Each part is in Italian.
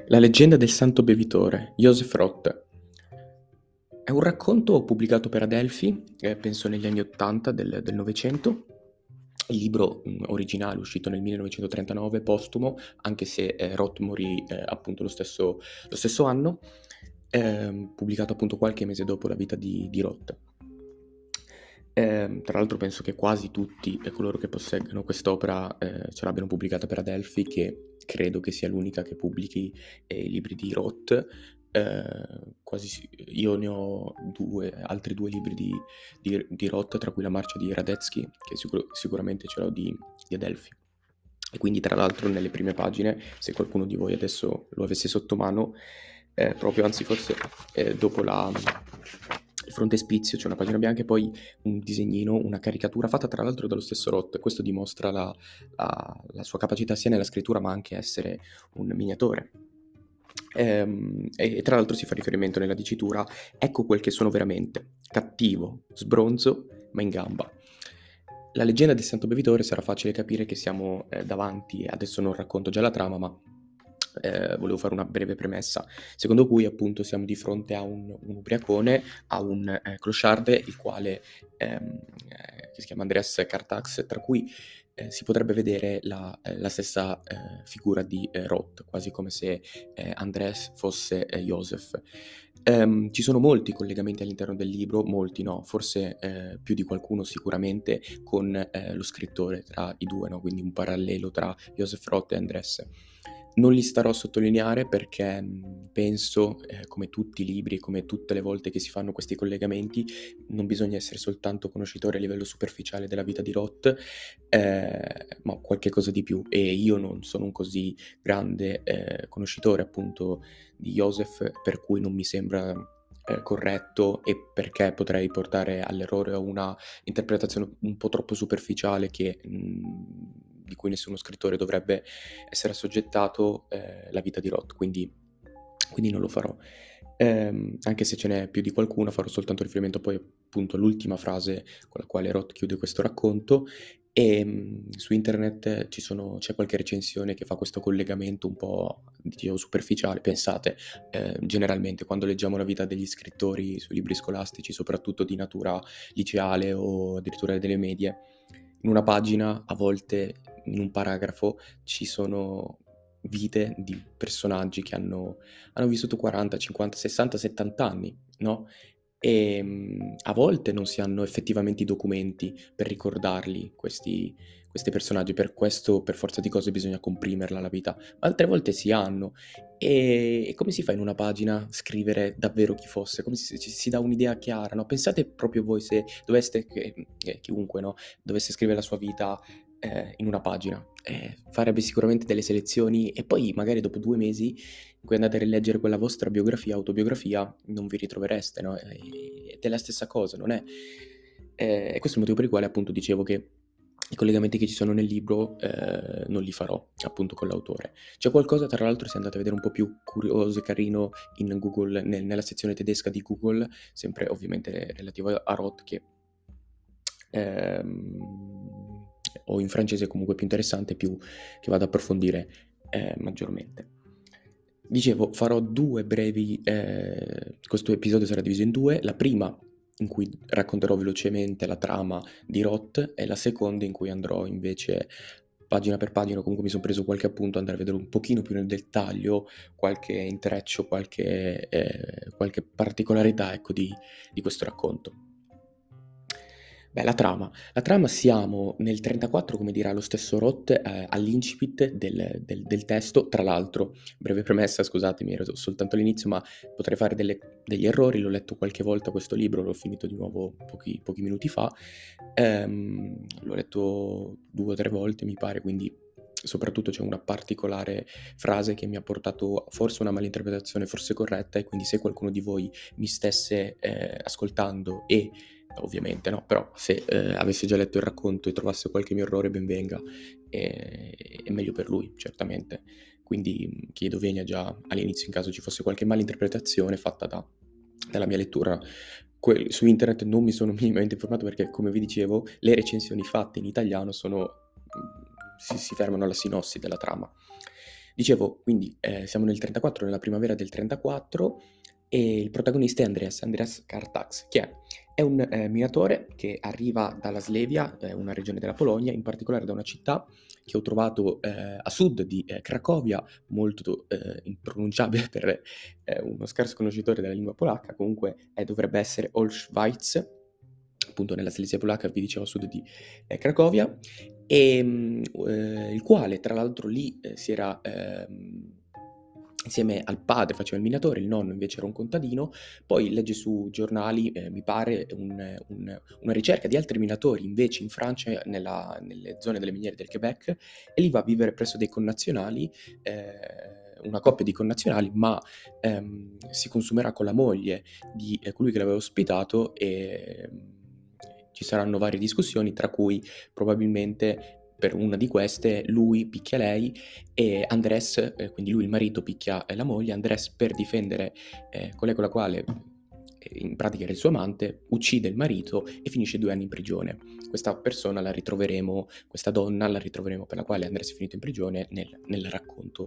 La leggenda del santo bevitore, Joseph Roth. È un racconto pubblicato per Adelphi, penso negli anni '80 del Novecento. Il libro originale, uscito nel 1939, postumo, anche se Roth morì appunto lo stesso anno, pubblicato appunto qualche mese dopo la vita di Roth. Tra l'altro penso che quasi tutti coloro che posseggono quest'opera ce l'abbiano pubblicata per Adelphi, che credo che sia l'unica che pubblichi i libri di Roth. Io ne ho altri due libri di Roth, tra cui La marcia di Radetzky, che sicuramente ce l'ho di Adelphi. E quindi tra l'altro nelle prime pagine, se qualcuno di voi adesso lo avesse sotto mano, proprio anzi forse dopo il frontespizio c'è una pagina bianca e poi un disegnino, una caricatura fatta tra l'altro dallo stesso Roth. Questo dimostra la sua capacità sia nella scrittura ma anche essere un miniatore. E tra l'altro si fa riferimento nella dicitura: ecco quel che sono veramente, cattivo, sbronzo, ma in gamba. La leggenda del santo bevitore sarà facile capire che siamo davanti, adesso non racconto già la trama, ma volevo fare una breve premessa, secondo cui appunto siamo di fronte a un ubriacone, a un clochard, il quale che si chiama Andreas Cartax, tra cui si potrebbe vedere la stessa figura di Roth, quasi come se Andres fosse Joseph. Ci sono molti collegamenti all'interno del libro, molti no, forse più di qualcuno sicuramente, con lo scrittore tra i due, no? Quindi un parallelo tra Joseph Roth e Andres. Non li starò a sottolineare perché penso, come tutti i libri, come tutte le volte che si fanno questi collegamenti, non bisogna essere soltanto conoscitori a livello superficiale della vita di Roth, ma qualche cosa di più. E io non sono un così grande conoscitore appunto di Joseph, per cui non mi sembra corretto, e perché potrei portare all'errore o una interpretazione un po' troppo superficiale di cui nessuno scrittore dovrebbe essere assoggettato, la vita di Roth, quindi non lo farò. Anche se ce n'è più di qualcuna, farò soltanto riferimento poi appunto all'ultima frase con la quale Roth chiude questo racconto. E su internet c'è qualche recensione che fa questo collegamento un po', dicevo, superficiale. Pensate, generalmente quando leggiamo la vita degli scrittori sui libri scolastici, soprattutto di natura liceale o addirittura delle medie, in una pagina, a volte in un paragrafo, ci sono vite di personaggi che hanno vissuto 40, 50, 60, 70 anni, no? A volte non si hanno effettivamente i documenti per ricordarli, questi personaggi, per questo per forza di cose bisogna comprimerla la vita, ma altre volte si hanno. E come si fa in una pagina scrivere davvero chi fosse? Come si dà un'idea chiara, no? Pensate proprio voi se doveste, chiunque, no? Dovesse scrivere la sua vita in una pagina, farebbe sicuramente delle selezioni e poi magari dopo 2 mesi in cui andate a rileggere quella vostra biografia, autobiografia, non vi ritrovereste, no? Ed è la stessa cosa, non è? E questo è il motivo per il quale appunto dicevo che i collegamenti che ci sono nel libro non li farò appunto con l'autore. C'è qualcosa, tra l'altro, se andate a vedere un po' più curioso e carino in Google, nella sezione tedesca di Google, sempre ovviamente relativo a Roth, che o in francese comunque più interessante, più che vado ad approfondire maggiormente. Dicevo, farò due brevi, questo episodio sarà diviso in due, la prima in cui racconterò velocemente la trama di Roth e la seconda in cui andrò invece pagina per pagina, comunque mi sono preso qualche appunto, andare a vedere un pochino più nel dettaglio qualche intreccio, qualche particolarità, ecco, di questo racconto. Beh, la trama. La trama, siamo nel 34, come dirà lo stesso Roth, all'incipit del testo. Tra l'altro, breve premessa, scusatemi, ero soltanto all'inizio, ma potrei fare degli errori. L'ho letto qualche volta questo libro, l'ho finito di nuovo pochi minuti fa. L'ho letto 2 o 3 volte, mi pare, quindi soprattutto c'è una particolare frase che mi ha portato forse a una malinterpretazione, forse corretta, e quindi se qualcuno di voi mi stesse ascoltando e ovviamente no, però se avesse già letto il racconto e trovasse qualche mio errore, ben venga, è meglio per lui, certamente. Quindi chiedo venia già all'inizio in caso ci fosse qualche malinterpretazione fatta dalla mia lettura. Su internet non mi sono minimamente informato perché, come vi dicevo, le recensioni fatte in italiano si fermano alla sinossi della trama. Dicevo, quindi siamo nel 34, nella primavera del 34, e il protagonista è Andreas Kartax, che è un minatore che arriva dalla Svevia, una regione della Polonia, in particolare da una città che ho trovato a sud di Cracovia, molto impronunciabile per uno scarso conoscitore della lingua polacca. Comunque dovrebbe essere Olszweiz, appunto nella Silesia polacca, vi dicevo a sud di Cracovia, il quale tra l'altro lì si era insieme al padre faceva il minatore, il nonno invece era un contadino. Poi legge su giornali, mi pare, una ricerca di altri minatori invece in Francia, nelle zone delle miniere del Quebec, e lì va a vivere presso dei connazionali, una coppia di connazionali, ma si consumerà con la moglie di colui che l'aveva ospitato, e ci saranno varie discussioni, tra cui probabilmente per una di queste lui picchia lei e Andrés, quindi lui il marito picchia la moglie. Andrés, per difendere colei con la quale in pratica era il suo amante, uccide il marito e finisce 2 anni in prigione. Questa persona la ritroveremo, questa donna la ritroveremo, per la quale Andrés è finito in prigione, nel racconto.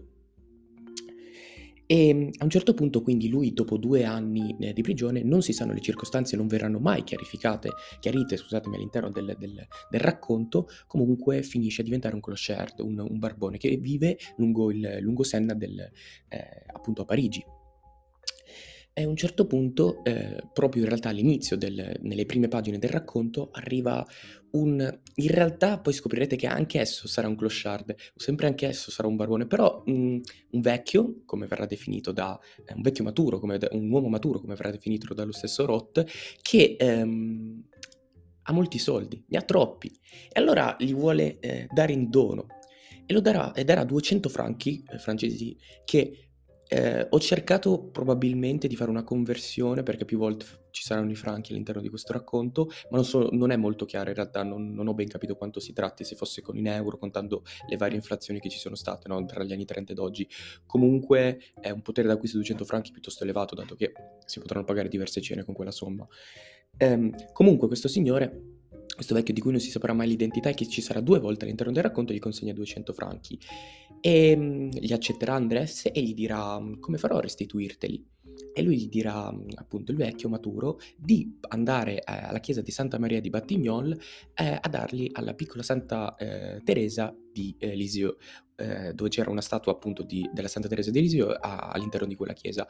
A un certo punto, quindi, lui dopo 2 anni di prigione, non si sanno le circostanze, non verranno mai chiarite, scusatemi, all'interno del racconto, comunque finisce a diventare un clochard, un barbone che vive lungo il lungosenna appunto a Parigi. E a un certo punto, proprio in realtà all'inizio nelle prime pagine del racconto, arriva in realtà poi scoprirete che anche esso sarà un clochard, sempre anche esso sarà un barbone, però un vecchio, come verrà definito un vecchio maturo, un uomo maturo, come verrà definito dallo stesso Roth, che ha molti soldi, ne ha troppi, e allora li vuole dare in dono, e darà 200 franchi francesi, che ho cercato probabilmente di fare una conversione, perché più volte ci saranno i franchi all'interno di questo racconto, ma non è molto chiaro in realtà, non ho ben capito quanto si tratti, se fosse con in euro, contando le varie inflazioni che ci sono state, no, tra gli anni 30 ed oggi. Comunque è un potere d'acquisto di 200 franchi piuttosto elevato, dato che si potranno pagare diverse cene con quella somma. Comunque questo signore, questo vecchio di cui non si saprà mai l'identità e che ci sarà 2 volte all'interno del racconto, gli consegna 200 franchi. Li accetterà Andrés e gli dirà: come farò a restituirteli? E lui gli dirà, appunto, il vecchio maturo, di andare alla chiesa di Santa Maria di Batignolles a darli alla piccola Santa Teresa di Lisieux, dove c'era una statua appunto della Santa Teresa di Lisieux all'interno di quella chiesa.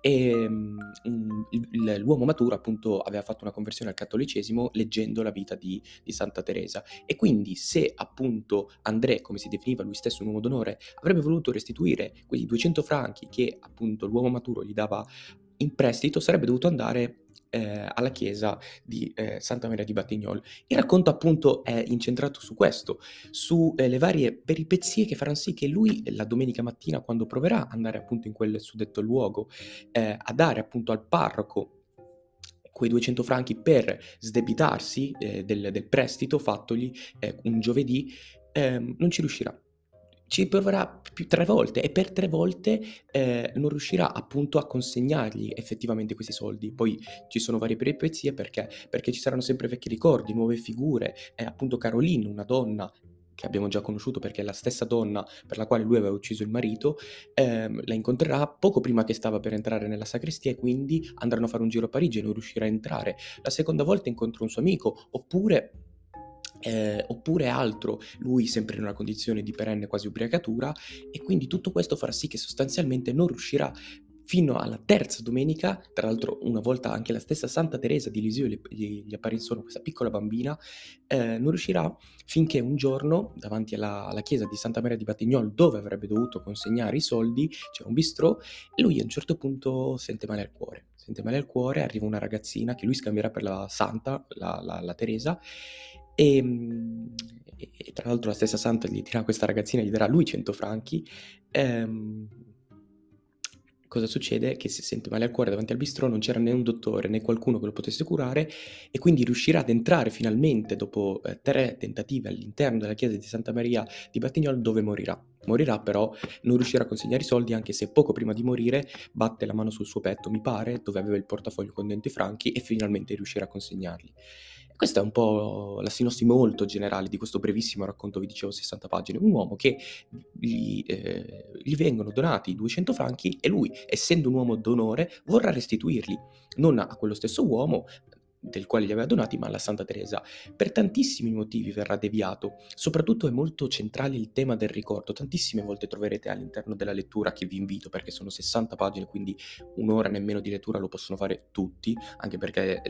L'uomo maturo appunto aveva fatto una conversione al cattolicesimo leggendo la vita di Santa Teresa, e quindi se appunto André, come si definiva lui stesso, un uomo d'onore, avrebbe voluto restituire quei 200 franchi che appunto l'uomo maturo gli dava in prestito, sarebbe dovuto andare alla chiesa di Santa Maria di Batignolles. Il racconto appunto è incentrato su questo, su le varie peripezie che faranno sì che lui la domenica mattina, quando proverà ad andare appunto in quel suddetto luogo a dare appunto al parroco quei 200 franchi per sdebitarsi del prestito fattogli un giovedì, non ci riuscirà. Ci proverà 3 volte, e per 3 volte non riuscirà appunto a consegnargli effettivamente questi soldi. Poi ci sono varie peripezie, perché ci saranno sempre vecchi ricordi, nuove figure, appunto Caroline, una donna che abbiamo già conosciuto perché è la stessa donna per la quale lui aveva ucciso il marito, la incontrerà poco prima che stava per entrare nella sacrestia, e quindi andranno a fare un giro a Parigi e non riuscirà a entrare. La seconda volta incontra un suo amico, oppure altro, lui sempre in una condizione di perenne quasi ubriacatura, e quindi tutto questo farà sì che sostanzialmente non riuscirà fino alla terza domenica. Tra l'altro una volta anche la stessa Santa Teresa di Lisieux gli appare in sogno questa piccola bambina, non riuscirà finché un giorno davanti alla chiesa di Santa Maria di Batignolles, dove avrebbe dovuto consegnare i soldi, c'era un bistrò, e lui a un certo punto sente male al cuore, arriva una ragazzina che lui scambierà per la santa, la Teresa, e tra l'altro la stessa santa gli dirà, questa ragazzina gli darà a lui 100 franchi. Cosa succede? Che se sente male al cuore davanti al bistrò, non c'era né un dottore né qualcuno che lo potesse curare, e quindi riuscirà ad entrare finalmente dopo 3 tentativi all'interno della chiesa di Santa Maria di Batignolles, dove morirà, però non riuscirà a consegnare i soldi, anche se poco prima di morire batte la mano sul suo petto, mi pare, dove aveva il portafoglio con dentro i franchi, e finalmente riuscirà a consegnarli. Questa è un po' la sinossi molto generale di questo brevissimo racconto, vi dicevo 60 pagine. Un uomo che gli vengono donati 200 franchi e lui, essendo un uomo d'onore, vorrà restituirli, non a quello stesso uomo del quale li aveva donati, ma alla Santa Teresa. Per tantissimi motivi verrà deviato, soprattutto è molto centrale il tema del ricordo. Tantissime volte troverete all'interno della lettura, che vi invito perché sono 60 pagine, quindi un'ora nemmeno di lettura lo possono fare tutti, anche perché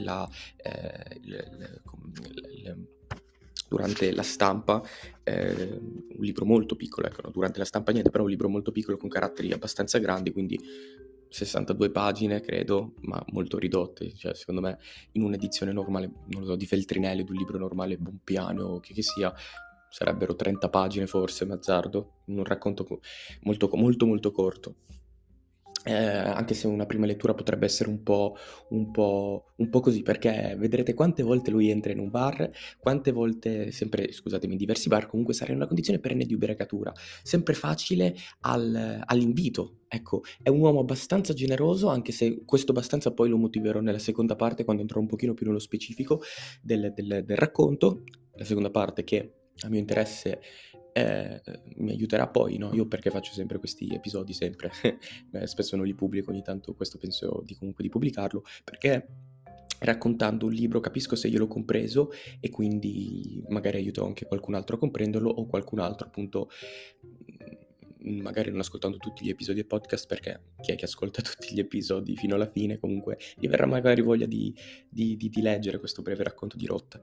durante la stampa, un libro molto piccolo, ecco, no, durante la stampa niente, però un libro molto piccolo con caratteri abbastanza grandi, quindi 62 pagine credo, ma molto ridotte, cioè secondo me in un'edizione normale, non lo so, di Feltrinelli, di un libro normale, Bompiano o che sia, sarebbero 30 pagine forse, Mazzardo, un racconto molto molto molto corto. Anche se una prima lettura potrebbe essere un po' così, perché vedrete quante volte lui entra in un bar, quante volte, sempre, scusatemi, in diversi bar, comunque sarà in una condizione perenne di ubriacatura, sempre facile all'invito. Ecco, è un uomo abbastanza generoso, anche se questo abbastanza poi lo motiverò nella seconda parte, quando entrerò un pochino più nello specifico del racconto. La seconda parte che a mio interesse mi aiuterà poi, no? Io perché faccio sempre questi episodi, sempre, spesso non li pubblico, ogni tanto questo penso comunque di pubblicarlo, perché raccontando un libro capisco se io l'ho compreso e quindi magari aiuto anche qualcun altro a comprenderlo, o qualcun altro appunto, magari non ascoltando tutti gli episodi del podcast, perché chi è che ascolta tutti gli episodi fino alla fine, comunque gli verrà magari voglia di leggere questo breve racconto di rotta.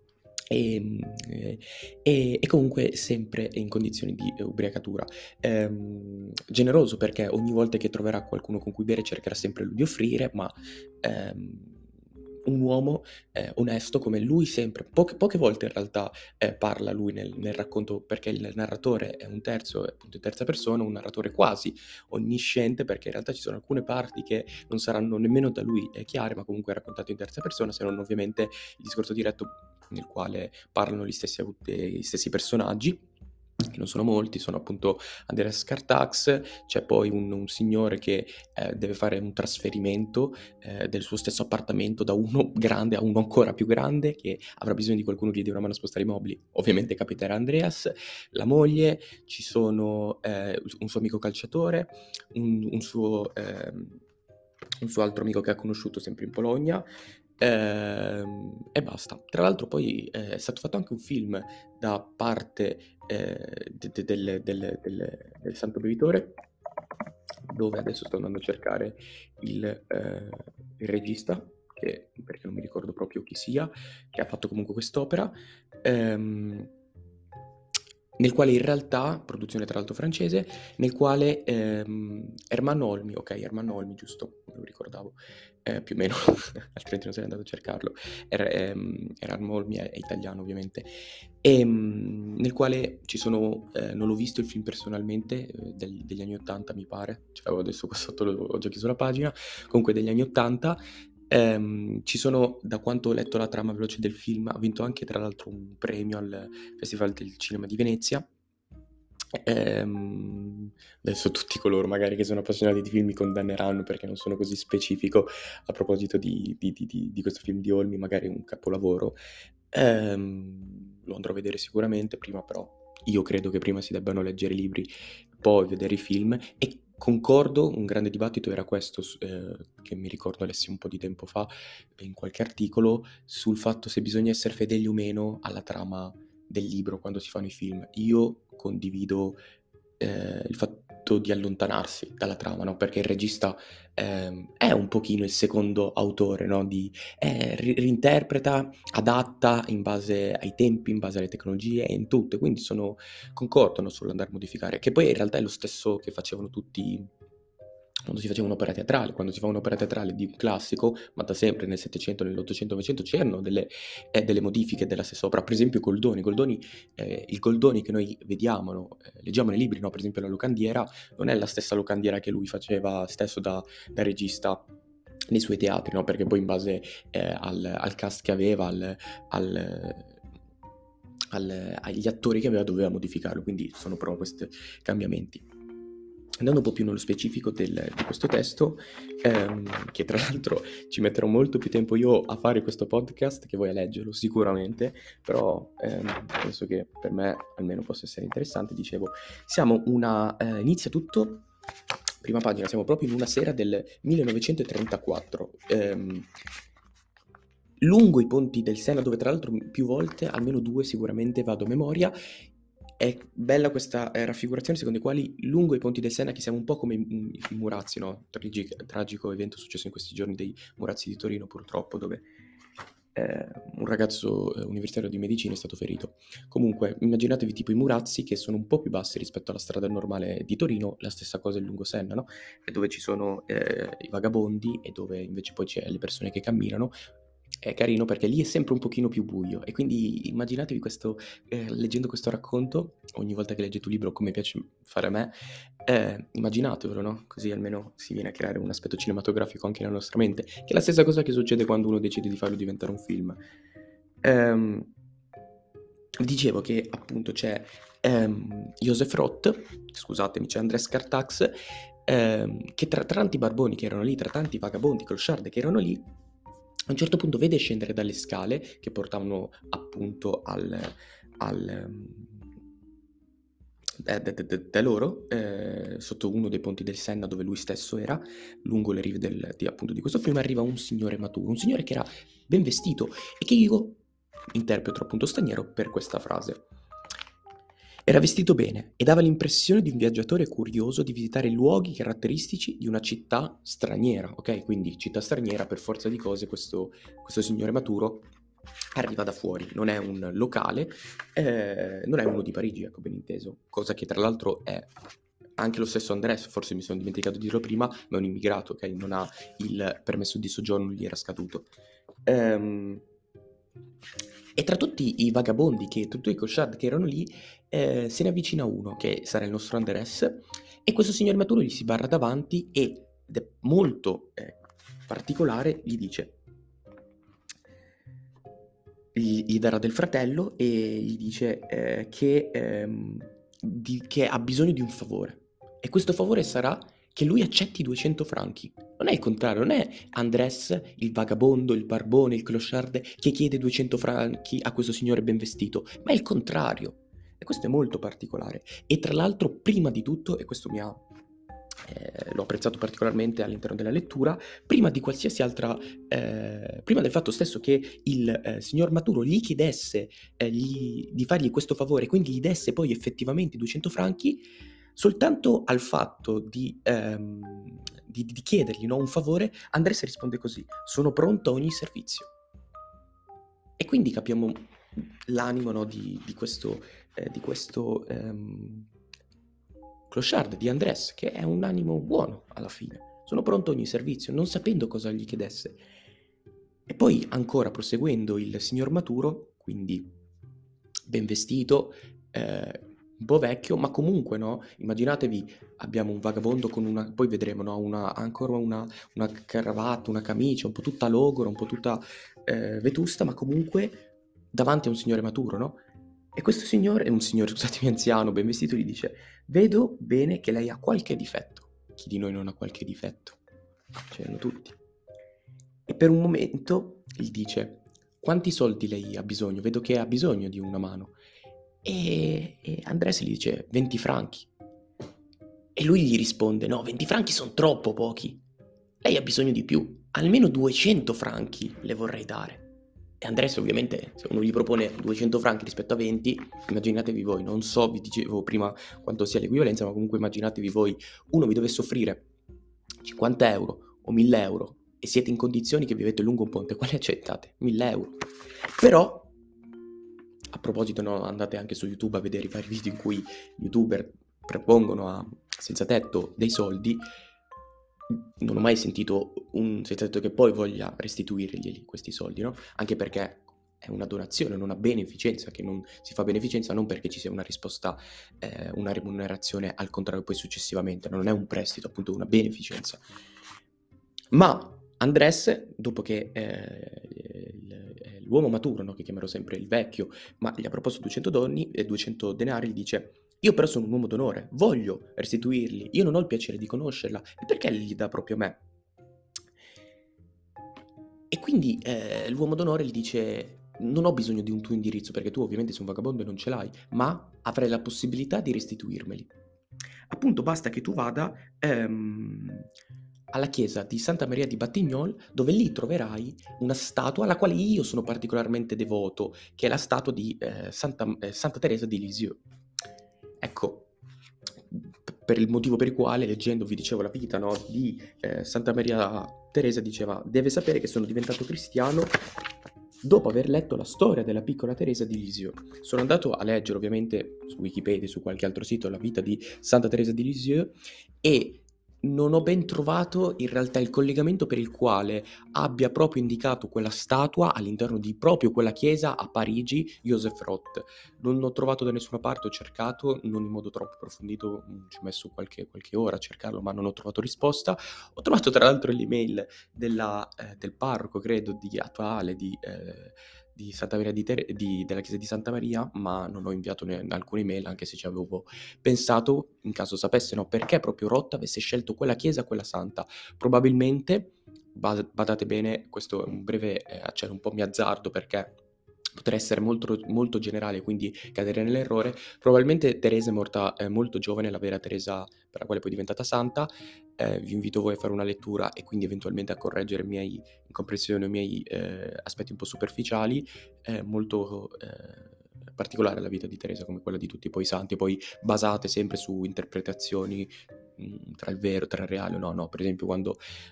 E comunque sempre in condizioni di ubriacatura. Generoso perché ogni volta che troverà qualcuno con cui bere cercherà sempre lui di offrire, ma un uomo onesto come lui sempre. Poche volte in realtà parla lui nel racconto, perché il narratore è un terzo, appunto in terza persona, un narratore quasi onnisciente, perché in realtà ci sono alcune parti che non saranno nemmeno da lui chiare, ma comunque raccontate in terza persona, se non ovviamente il discorso diretto nel quale parlano gli stessi personaggi, che non sono molti, sono appunto Andreas Cartax, c'è poi un signore che deve fare un trasferimento del suo stesso appartamento da uno grande a uno ancora più grande, che avrà bisogno di qualcuno che gli dia una mano a spostare i mobili, ovviamente capiterà Andreas, la moglie, ci sono un suo amico calciatore, un suo altro amico che ha conosciuto sempre in Polonia, e basta. Tra l'altro poi è stato fatto anche un film da parte del Santo Bevitore, dove adesso sto andando a cercare il regista, perché non mi ricordo proprio chi sia, che ha fatto comunque quest'opera, nel quale in realtà, produzione tra l'altro francese, nel quale Ermanno Olmi, ok, Ermanno Olmi, giusto, me lo ricordavo, più o meno, altrimenti non sarei andato a cercarlo, Ermanno Olmi è italiano ovviamente, nel quale ci sono, non l'ho visto il film personalmente, degli anni 80 mi pare, ce l'avevo adesso qua sotto, ho già chiuso la pagina, comunque degli anni 80, ci sono, da quanto ho letto la trama veloce del film, ha vinto anche tra l'altro un premio al Festival del Cinema di Venezia. Adesso tutti coloro magari che sono appassionati di film mi condanneranno perché non sono così specifico a proposito di questo film di Olmi, magari un capolavoro. Lo andrò a vedere sicuramente, prima però io credo che prima si debbano leggere i libri, poi vedere i film, e concordo, un grande dibattito era questo, che mi ricordo lessi un po' di tempo fa in qualche articolo, sul fatto se bisogna essere fedeli o meno alla trama del libro quando si fanno i film. Io condivido il fatto di allontanarsi dalla trama, no? Perché il regista è un pochino il secondo autore, no? Reinterpreta, adatta in base ai tempi, in base alle tecnologie e in tutto, e quindi concordano sull'andare a modificare, che poi in realtà è lo stesso che facevano tutti quando si faceva un'opera teatrale. Quando si fa un'opera teatrale di un classico, ma da sempre nel Settecento, nell'Ottocento, Novecento c'erano delle modifiche della stessa opera. Per esempio Goldoni, il Goldoni che noi vediamo, no? Leggiamo nei libri, no? Per esempio la locandiera non è la stessa locandiera che lui faceva stesso da regista nei suoi teatri, no? Perché poi in base al cast che aveva, agli attori che aveva, doveva modificarlo, quindi sono proprio questi cambiamenti. Andando un po' più nello specifico di questo testo, che tra l'altro ci metterò molto più tempo io a fare questo podcast che voi a leggerlo sicuramente, però penso che per me almeno possa essere interessante. Dicevo, inizia tutto, prima pagina, siamo proprio in una sera del 1934, lungo i ponti del Sena, dove tra l'altro più volte, almeno 2 sicuramente vado a memoria. È bella questa raffigurazione secondo i quali lungo i ponti del Sena, che siamo un po' come i Murazzi, no? Tragico evento successo in questi giorni dei Murazzi di Torino, purtroppo, dove un ragazzo universitario di medicina è stato ferito. Comunque, immaginatevi tipo i Murazzi, che sono un po' più bassi rispetto alla strada normale di Torino, la stessa cosa il lungo Senna, no? E dove ci sono i vagabondi e dove invece poi c'è le persone che camminano. È carino perché lì è sempre un pochino più buio, e quindi immaginatevi questo, leggendo questo racconto, ogni volta che leggete un libro, come piace fare a me, immaginatevelo, no? Così almeno si viene a creare un aspetto cinematografico anche nella nostra mente, che è la stessa cosa che succede quando uno decide di farlo diventare un film. Dicevo che appunto c'è Joseph Roth, scusatemi, c'è Andrés Cartax, che tra tanti barboni che erano lì, tra tanti vagabondi, clochard che erano lì, a un certo punto vede scendere dalle scale che portavano appunto da loro, sotto uno dei ponti del Senna dove lui stesso era, lungo le rive appunto di questo fiume, arriva un signore maturo, un signore che era ben vestito e che io interpreto appunto straniero per questa frase. Era vestito bene e dava l'impressione di un viaggiatore curioso di visitare luoghi caratteristici di una città straniera, ok? Quindi città straniera, per forza di cose, questo signore maturo arriva da fuori, non è un locale, non è uno di Parigi, ecco, ben inteso, cosa che tra l'altro è anche lo stesso Andrés, forse mi sono dimenticato di dirlo prima, ma è un immigrato, ok? Non ha il permesso di soggiorno, gli era scaduto. E tra tutti i vagabondi, tutti i clochard che erano lì, se ne avvicina uno, che sarà il nostro Andrés, e questo signor maturo gli si barra davanti ed è molto particolare, gli dice, gli darà del fratello e gli dice che ha bisogno di un favore. E questo favore sarà che lui accetti 200 franchi. Non è il contrario, non è Andrés, il vagabondo, il barbone, il clochard, che chiede 200 franchi a questo signore ben vestito, ma è il contrario. E questo è molto particolare. E tra l'altro, prima di tutto, e questo l'ho apprezzato particolarmente all'interno della lettura, prima di qualsiasi altra, prima del fatto stesso che il signor Maturo gli chiedesse di fargli questo favore, quindi gli desse poi effettivamente i 200 franchi, soltanto al fatto di chiedergli, no, un favore, Andrés risponde così: sono pronto a ogni servizio. E quindi capiamo l'animo, no, di questo clochard, di Andrés, che è un animo buono alla fine. Sono pronto a ogni servizio, non sapendo cosa gli chiedesse. E poi ancora proseguendo, il signor Maturo, quindi ben vestito, un po' vecchio, ma comunque, no? Immaginatevi, abbiamo un vagabondo con una, poi vedremo, no? Ancora una cravatta, una camicia, un po' tutta logora, un po' tutta vetusta, ma comunque davanti a un signore maturo, no? E questo signore, è un signore, scusatemi, anziano, ben vestito, gli dice: vedo bene che lei ha qualche difetto. Chi di noi non ha qualche difetto? Ce l'hanno tutti. E per un momento gli dice: quanti soldi lei ha bisogno? Vedo che ha bisogno di una mano. E Andres gli dice: 20 franchi. E lui gli risponde: no, 20 franchi sono troppo pochi. Lei ha bisogno di più. Almeno 200 franchi le vorrei dare. E Andres, ovviamente, se uno gli propone 200 franchi rispetto a 20, immaginatevi voi, non so, vi dicevo prima quanto sia l'equivalenza, ma comunque immaginatevi voi, uno vi dovesse offrire 50 euro o 1000 euro e siete in condizioni che vivete lungo un ponte, quale accettate? 1000 euro. Però, a proposito, no, andate anche su YouTube a vedere i vari video in cui gli youtuber propongono a senza tetto dei soldi. Non ho mai sentito un senza tetto che poi voglia restituirgli questi soldi, no? Anche perché è una donazione, una beneficenza, che non si fa beneficenza non perché ci sia una risposta, una remunerazione al contrario poi successivamente, non è un prestito, appunto, una beneficenza. Ma Andrés, dopo che l'uomo maturo, no, che chiamerò sempre il vecchio, ma gli ha proposto 200 denari, gli dice: Io però sono un uomo d'onore, voglio restituirli, io non ho il piacere di conoscerla, e perché li dà proprio a me? E quindi l'uomo d'onore gli dice: "Non ho bisogno di un tuo indirizzo, perché tu ovviamente sei un vagabondo e non ce l'hai, ma avrai la possibilità di restituirmeli. Appunto basta che tu vada, alla chiesa di Santa Maria di Batignolles, dove lì troverai una statua alla quale io sono particolarmente devoto, che è la statua di, Santa Teresa di Lisieux". Ecco, per il motivo per il quale, leggendo, vi dicevo, la vita, no, di Santa Maria Teresa, diceva: "Deve sapere che sono diventato cristiano dopo aver letto la storia della piccola Teresa di Lisieux". Sono andato a leggere, ovviamente, su Wikipedia, su qualche altro sito, la vita di Santa Teresa di Lisieux, e non ho ben trovato in realtà il collegamento per il quale abbia proprio indicato quella statua all'interno di proprio quella chiesa a Parigi, Joseph Roth. Non l'ho trovato da nessuna parte, ho cercato, non in modo troppo approfondito, ci ho messo qualche ora a cercarlo, ma non ho trovato risposta. Ho trovato tra l'altro l'email del parroco, credo, attuale di Santa Maria della chiesa di Santa Maria, ma non ho inviato alcuna email, anche se ci avevo pensato, in caso sapesse, no, perché proprio Roth avesse scelto quella chiesa, quella santa. Probabilmente, badate bene, questo è un breve accenno, un po' mi azzardo perché potrei essere molto, molto generale, quindi cadere nell'errore. Probabilmente Teresa è morta molto giovane, la vera Teresa per la quale poi è diventata santa. Vi invito voi a fare una lettura e quindi eventualmente a correggere miei incomprensioni o miei aspetti un po' superficiali. È molto particolare la vita di Teresa, come quella di tutti poi i santi, poi basate sempre su interpretazioni tra il vero, tra il reale o no. No, per esempio quando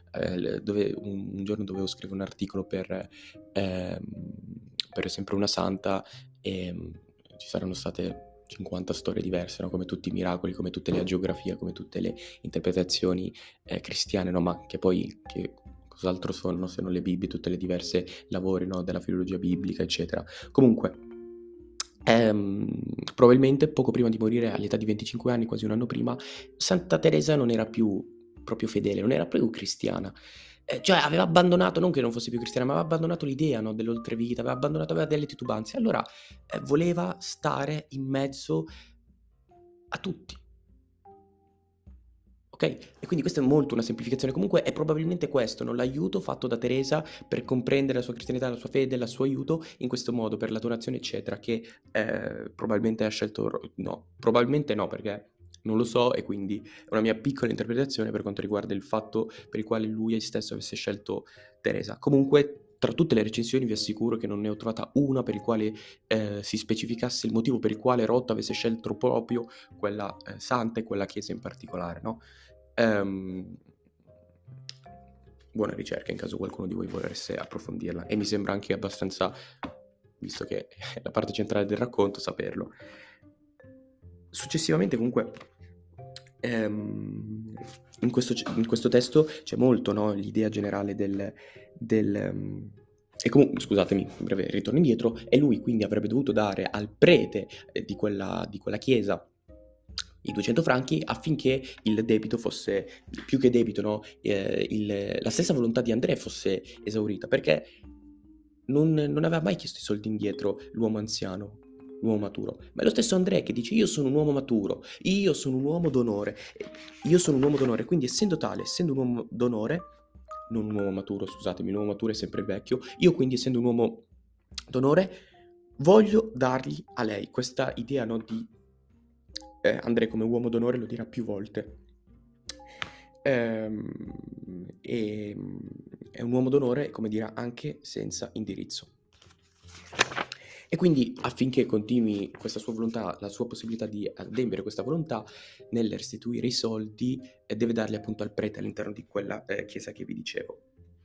un giorno dovevo scrivere un articolo ehm, per sempre una santa, e ci saranno state 50 storie diverse, no? Come tutti i miracoli, come tutte le agiografie, come tutte le interpretazioni cristiane, no? Ma che poi che cos'altro sono, no? Se non le Bibbie, tutte le diverse lavori, no? Della filologia biblica, eccetera. Comunque, probabilmente poco prima di morire, all'età di 25 anni, quasi un anno prima, Santa Teresa non era più proprio fedele, non era più cristiana. Cioè aveva abbandonato, non che non fosse più cristiana, ma aveva abbandonato l'idea, no, dell'oltrevita, aveva delle titubanze. Allora voleva stare in mezzo a tutti. Ok? E quindi questa è molto una semplificazione. Comunque è probabilmente questo, no? L'aiuto fatto da Teresa per comprendere la sua cristianità, la sua fede, il suo aiuto in questo modo, per l'adorazione, eccetera, che probabilmente ha scelto. No, probabilmente no, perché non lo so, e quindi è una mia piccola interpretazione per quanto riguarda il fatto per il quale lui stesso avesse scelto Teresa. Comunque, tra tutte le recensioni vi assicuro che non ne ho trovata una per il quale si specificasse il motivo per il quale Rotto avesse scelto proprio quella santa e quella chiesa in particolare, no? Ehm, buona ricerca in caso qualcuno di voi volesse approfondirla, e mi sembra anche abbastanza, visto che è la parte centrale del racconto, saperlo. Successivamente comunque in questo testo c'è molto, no, l'idea generale e comunque, scusatemi, un breve ritorno indietro, e lui quindi avrebbe dovuto dare al prete di quella chiesa i 200 franchi affinché il debito fosse, più che debito, no, la stessa volontà di André fosse esaurita, perché non aveva mai chiesto i soldi indietro l'uomo anziano, l'uomo maturo, ma è lo stesso André che dice: io sono un uomo maturo, io sono un uomo d'onore, io sono un uomo d'onore, quindi essendo tale, essendo un uomo d'onore, non un uomo maturo, scusatemi, un uomo maturo è sempre il vecchio, io quindi essendo un uomo d'onore voglio dargli a lei questa idea, no, di André come uomo d'onore lo dirà più volte. E è un uomo d'onore, come dirà, anche senza indirizzo. E quindi affinché continui questa sua volontà, la sua possibilità di adempiere questa volontà nel restituire i soldi, deve darli appunto al prete all'interno di quella chiesa che vi dicevo.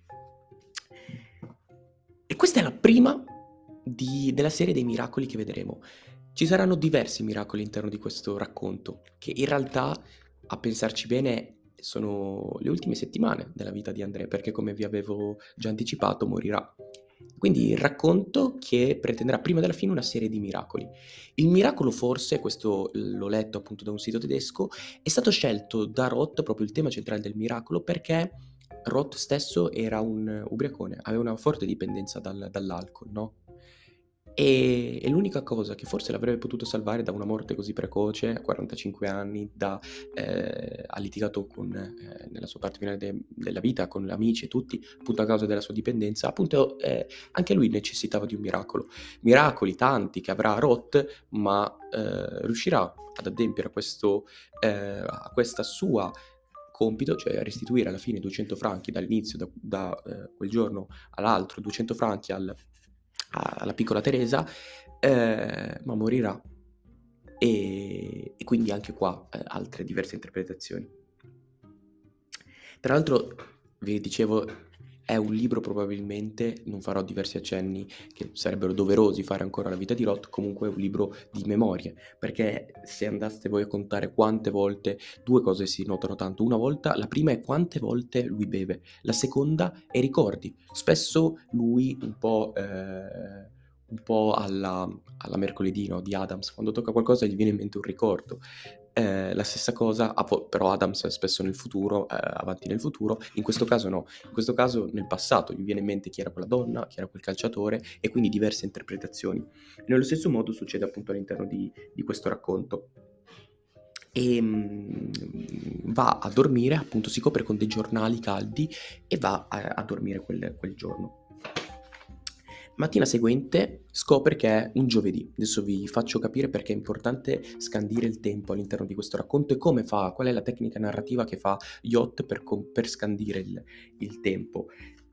E questa è la prima della serie dei miracoli che vedremo. Ci saranno diversi miracoli all'interno di questo racconto, che in realtà, a pensarci bene, sono le ultime settimane della vita di André, perché come vi avevo già anticipato, morirà. Quindi il racconto che pretenderà prima della fine una serie di miracoli. Il miracolo forse, questo l'ho letto appunto da un sito tedesco, è stato scelto da Roth, proprio il tema centrale del miracolo, perché Roth stesso era un ubriacone, aveva una forte dipendenza dall'alcol, no? E l'unica cosa che forse l'avrebbe potuto salvare da una morte così precoce, a 45 anni, ha litigato nella sua parte finale della vita con gli amici e tutti, appunto a causa della sua dipendenza, appunto anche lui necessitava di un miracolo. Miracoli tanti che avrà Roth, ma riuscirà ad adempiere a questa sua compito, cioè a restituire alla fine 200 franchi dall'inizio, da quel giorno all'altro, 200 franchi alla piccola Teresa, ma morirà. E quindi anche qua altre diverse interpretazioni. Tra l'altro, vi dicevo, è un libro probabilmente, non farò diversi accenni che sarebbero doverosi fare ancora la vita di Roth, comunque è un libro di memorie, perché se andaste voi a contare quante volte, due cose si notano tanto. Una volta, la prima è quante volte lui beve, la seconda è i ricordi. Spesso lui un po' alla mercoledì, no, di Adams, quando tocca qualcosa gli viene in mente un ricordo. La stessa cosa, però Adams è spesso nel futuro, avanti nel futuro, in questo caso no, in questo caso nel passato gli viene in mente chi era quella donna, chi era quel calciatore e quindi diverse interpretazioni. E nello stesso modo succede appunto all'interno di questo racconto. E va a dormire, appunto si copre con dei giornali caldi e va a dormire quel giorno. Mattina seguente scopre che è un giovedì. Adesso vi faccio capire perché è importante scandire il tempo all'interno di questo racconto e qual è la tecnica narrativa che fa Yacht per scandire il tempo.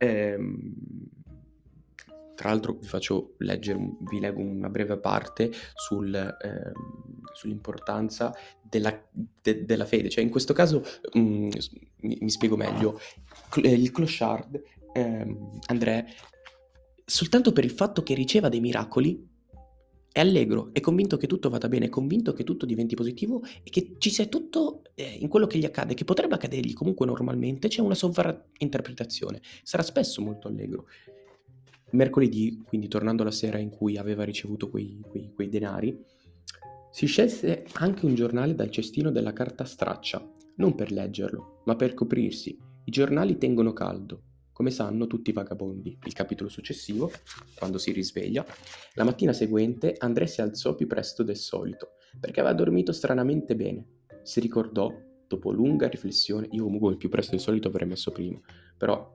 Tra l'altro vi leggo una breve parte sull'importanza della fede. Cioè in questo caso mi spiego meglio. Il clochard, André, soltanto per il fatto che riceva dei miracoli, è allegro, è convinto che tutto vada bene, è convinto che tutto diventi positivo e che ci sia tutto in quello che gli accade, che potrebbe accadergli comunque normalmente, c'è una sovrainterpretazione. Sarà spesso molto allegro. Mercoledì, quindi tornando alla sera in cui aveva ricevuto quei denari, si scelse anche un giornale dal cestino della carta straccia, non per leggerlo, ma per coprirsi. I giornali tengono caldo, come sanno tutti i vagabondi. Il capitolo successivo, quando si risveglia, la mattina seguente André si alzò più presto del solito, perché aveva dormito stranamente bene. Si ricordò, dopo lunga riflessione, io comunque il più presto del solito avrei messo prima, però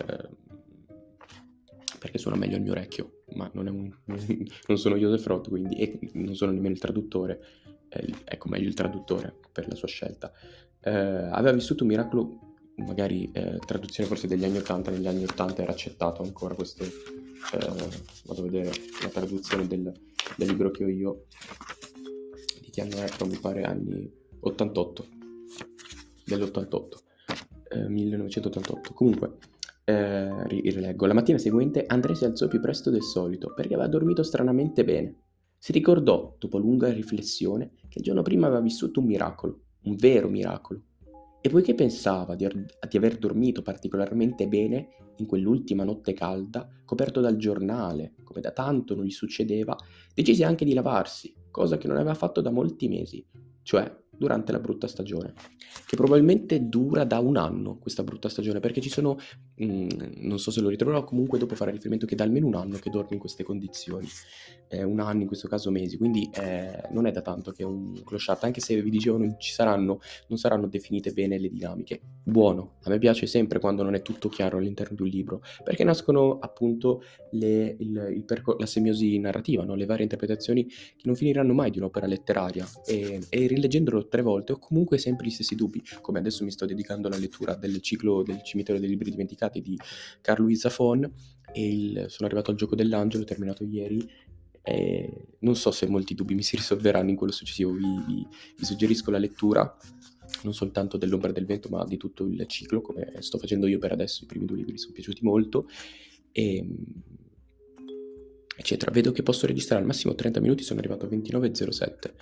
perché suona meglio al mio orecchio, ma non sono Joseph Roth, quindi, e non sono nemmeno il traduttore, ecco meglio il traduttore per la sua scelta. Aveva vissuto un miracolo, magari traduzione forse degli anni 80, negli anni 80 era accettato ancora questo, vado a vedere la traduzione del libro che ho io, di che anno è, però mi pare anni 88, dell'88, 1988, comunque rileggo. La mattina seguente Andrea si alzò più presto del solito perché aveva dormito stranamente bene. Si ricordò, dopo lunga riflessione, che il giorno prima aveva vissuto un miracolo, un vero miracolo. E poiché pensava di aver dormito particolarmente bene in quell'ultima notte calda, coperto dal giornale, come da tanto non gli succedeva, decise anche di lavarsi, cosa che non aveva fatto da molti mesi, cioè durante la brutta stagione, che probabilmente dura da un anno questa brutta stagione, perché ci sono, non so se lo ritroverò, comunque dopo farà riferimento che da almeno un anno che dorme in queste condizioni, un anno in questo caso mesi, quindi non è da tanto che è un clochard, anche se vi dicevo non saranno definite bene le dinamiche. Buono, a me piace sempre quando non è tutto chiaro all'interno di un libro, perché nascono appunto la semiosi narrativa, no? Le varie interpretazioni che non finiranno mai di un'opera letteraria e rileggendolo 3 volte ho comunque sempre gli stessi dubbi, come adesso mi sto dedicando alla lettura del ciclo del cimitero dei libri dimenticati di Carl Louis Zafon e sono arrivato al gioco dell'angelo, terminato ieri e non so se molti dubbi mi si risolveranno in quello successivo, vi suggerisco la lettura non soltanto dell'ombra del vento ma di tutto il ciclo come sto facendo io per adesso. I primi 2 libri mi sono piaciuti molto e eccetera. Vedo che posso registrare al massimo 30 minuti, sono arrivato a 29,07.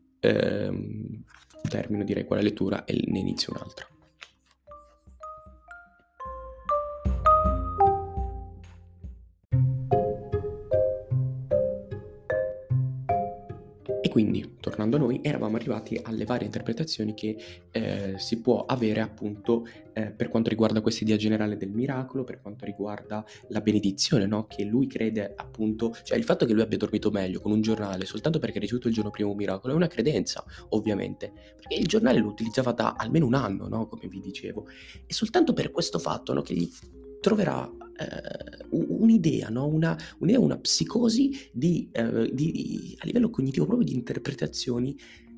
Termino direi qua la lettura e ne inizio un'altra. E quindi, tornando a noi, eravamo arrivati alle varie interpretazioni che si può avere appunto per quanto riguarda questa idea generale del miracolo, per quanto riguarda la benedizione, no? Che lui crede appunto, cioè il fatto che lui abbia dormito meglio con un giornale soltanto perché ha ricevuto il giorno prima un miracolo è una credenza, ovviamente, perché il giornale lo utilizzava da almeno un anno, no? Come vi dicevo, e soltanto per questo fatto, no? Che gli troverà un'idea, no? Un'idea, una psicosi a livello cognitivo, proprio di interpretazioni,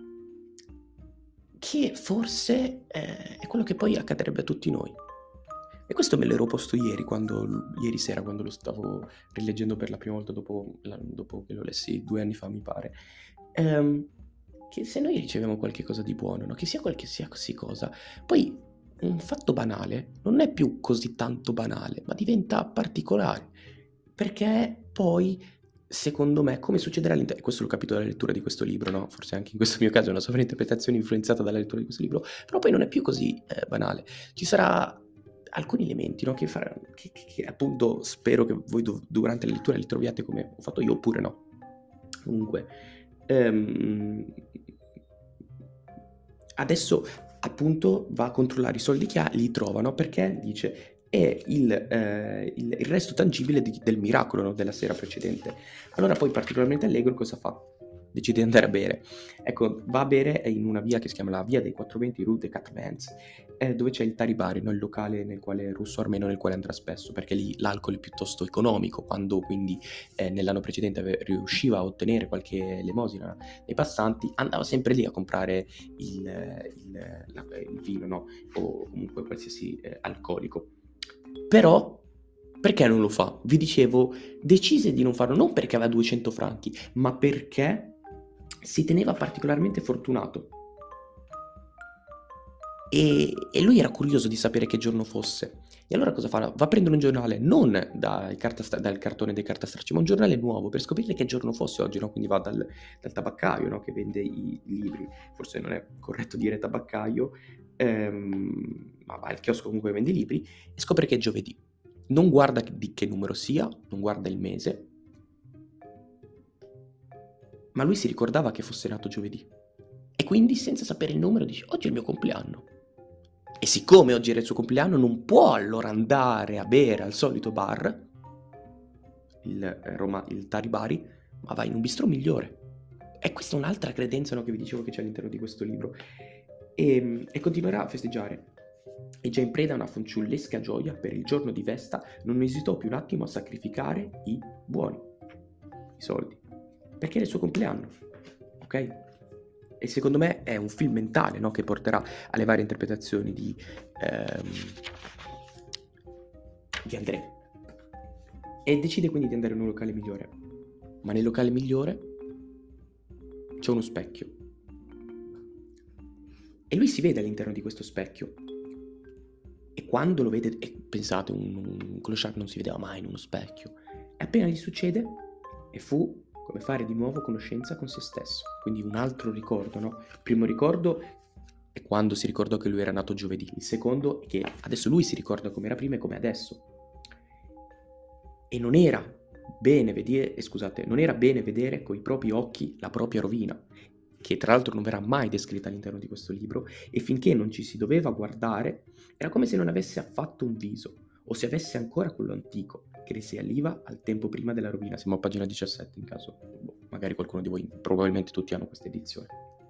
che forse è quello che poi accadrebbe a tutti noi. E questo me l'ero posto ieri sera, quando lo stavo rileggendo per la prima volta dopo che lo lessi 2 anni fa, mi pare. Che se noi riceviamo qualche cosa di buono, no? Che sia qualsiasi cosa, poi un fatto banale non è più così tanto banale, ma diventa particolare, perché poi, secondo me, come succederà all'interno, e questo l'ho capito dalla lettura di questo libro, no? Forse anche in questo mio caso è una sovrainterpretazione influenzata dalla lettura di questo libro, però poi non è più così banale. Ci sarà alcuni elementi, no? Che appunto spero che voi durante la lettura li troviate come ho fatto io, oppure no. Comunque, adesso appunto va a controllare i soldi che ha, li trova, no? Perché dice è il resto tangibile del miracolo, no? Della sera precedente. Allora poi, particolarmente allegro, cosa fa? Decide di andare a bere. Ecco, va a bere in una via che si chiama la via dei 420, Rue des Quatre Vents, dove c'è il Taribari, no? Il locale russo armeno nel quale andrà spesso, perché lì l'alcol è piuttosto economico. Quando quindi nell'anno precedente riusciva a ottenere qualche elemosina dai passanti, andava sempre lì a comprare il vino, no? O comunque qualsiasi alcolico. Però perché non lo fa? Vi dicevo, decise di non farlo non perché aveva 200 franchi, ma perché si teneva particolarmente fortunato. E lui era curioso di sapere che giorno fosse. E allora cosa fa? Va a prendere un giornale non dal cartone dei cartastracci, ma un giornale nuovo per scoprire che giorno fosse oggi, no? Quindi va dal tabaccaio, no? Che vende i libri, forse non è corretto dire tabaccaio, ma va al chiosco comunque che vende i libri, e scopre che è giovedì. Non guarda di che numero sia, non guarda il mese, ma lui si ricordava che fosse nato giovedì. E quindi, senza sapere il numero, dice: oggi è il mio compleanno. E siccome oggi era il suo compleanno, non può allora andare a bere al solito bar, il Taribari, ma va in un bistrò migliore. E questa è un'altra credenza, no, che vi dicevo che c'è all'interno di questo libro. E continuerà a festeggiare. E già in preda a una fanciullesca gioia per il giorno di festa, non esitò più un attimo a sacrificare i buoni, i soldi, perché era il suo compleanno, ok? E secondo me è un film mentale, no? Che porterà alle varie interpretazioni di André. E decide quindi di andare in un locale migliore. Ma nel locale migliore c'è uno specchio. E lui si vede all'interno di questo specchio. E quando lo vede, e pensate, un clochard non si vedeva mai in uno specchio. E appena gli succede, e fu come fare di nuovo conoscenza con se stesso. Quindi un altro ricordo, no? Il primo ricordo è quando si ricordò che lui era nato giovedì. Il secondo è che adesso lui si ricorda come era prima e come adesso. E non era bene vedere coi propri occhi la propria rovina, che tra l'altro non verrà mai descritta all'interno di questo libro, e finché non ci si doveva guardare, era come se non avesse affatto un viso, o se avesse ancora quello antico, che risaliva al tempo prima della rovina. Siamo a pagina 17 in caso, magari qualcuno di voi, probabilmente tutti hanno questa edizione.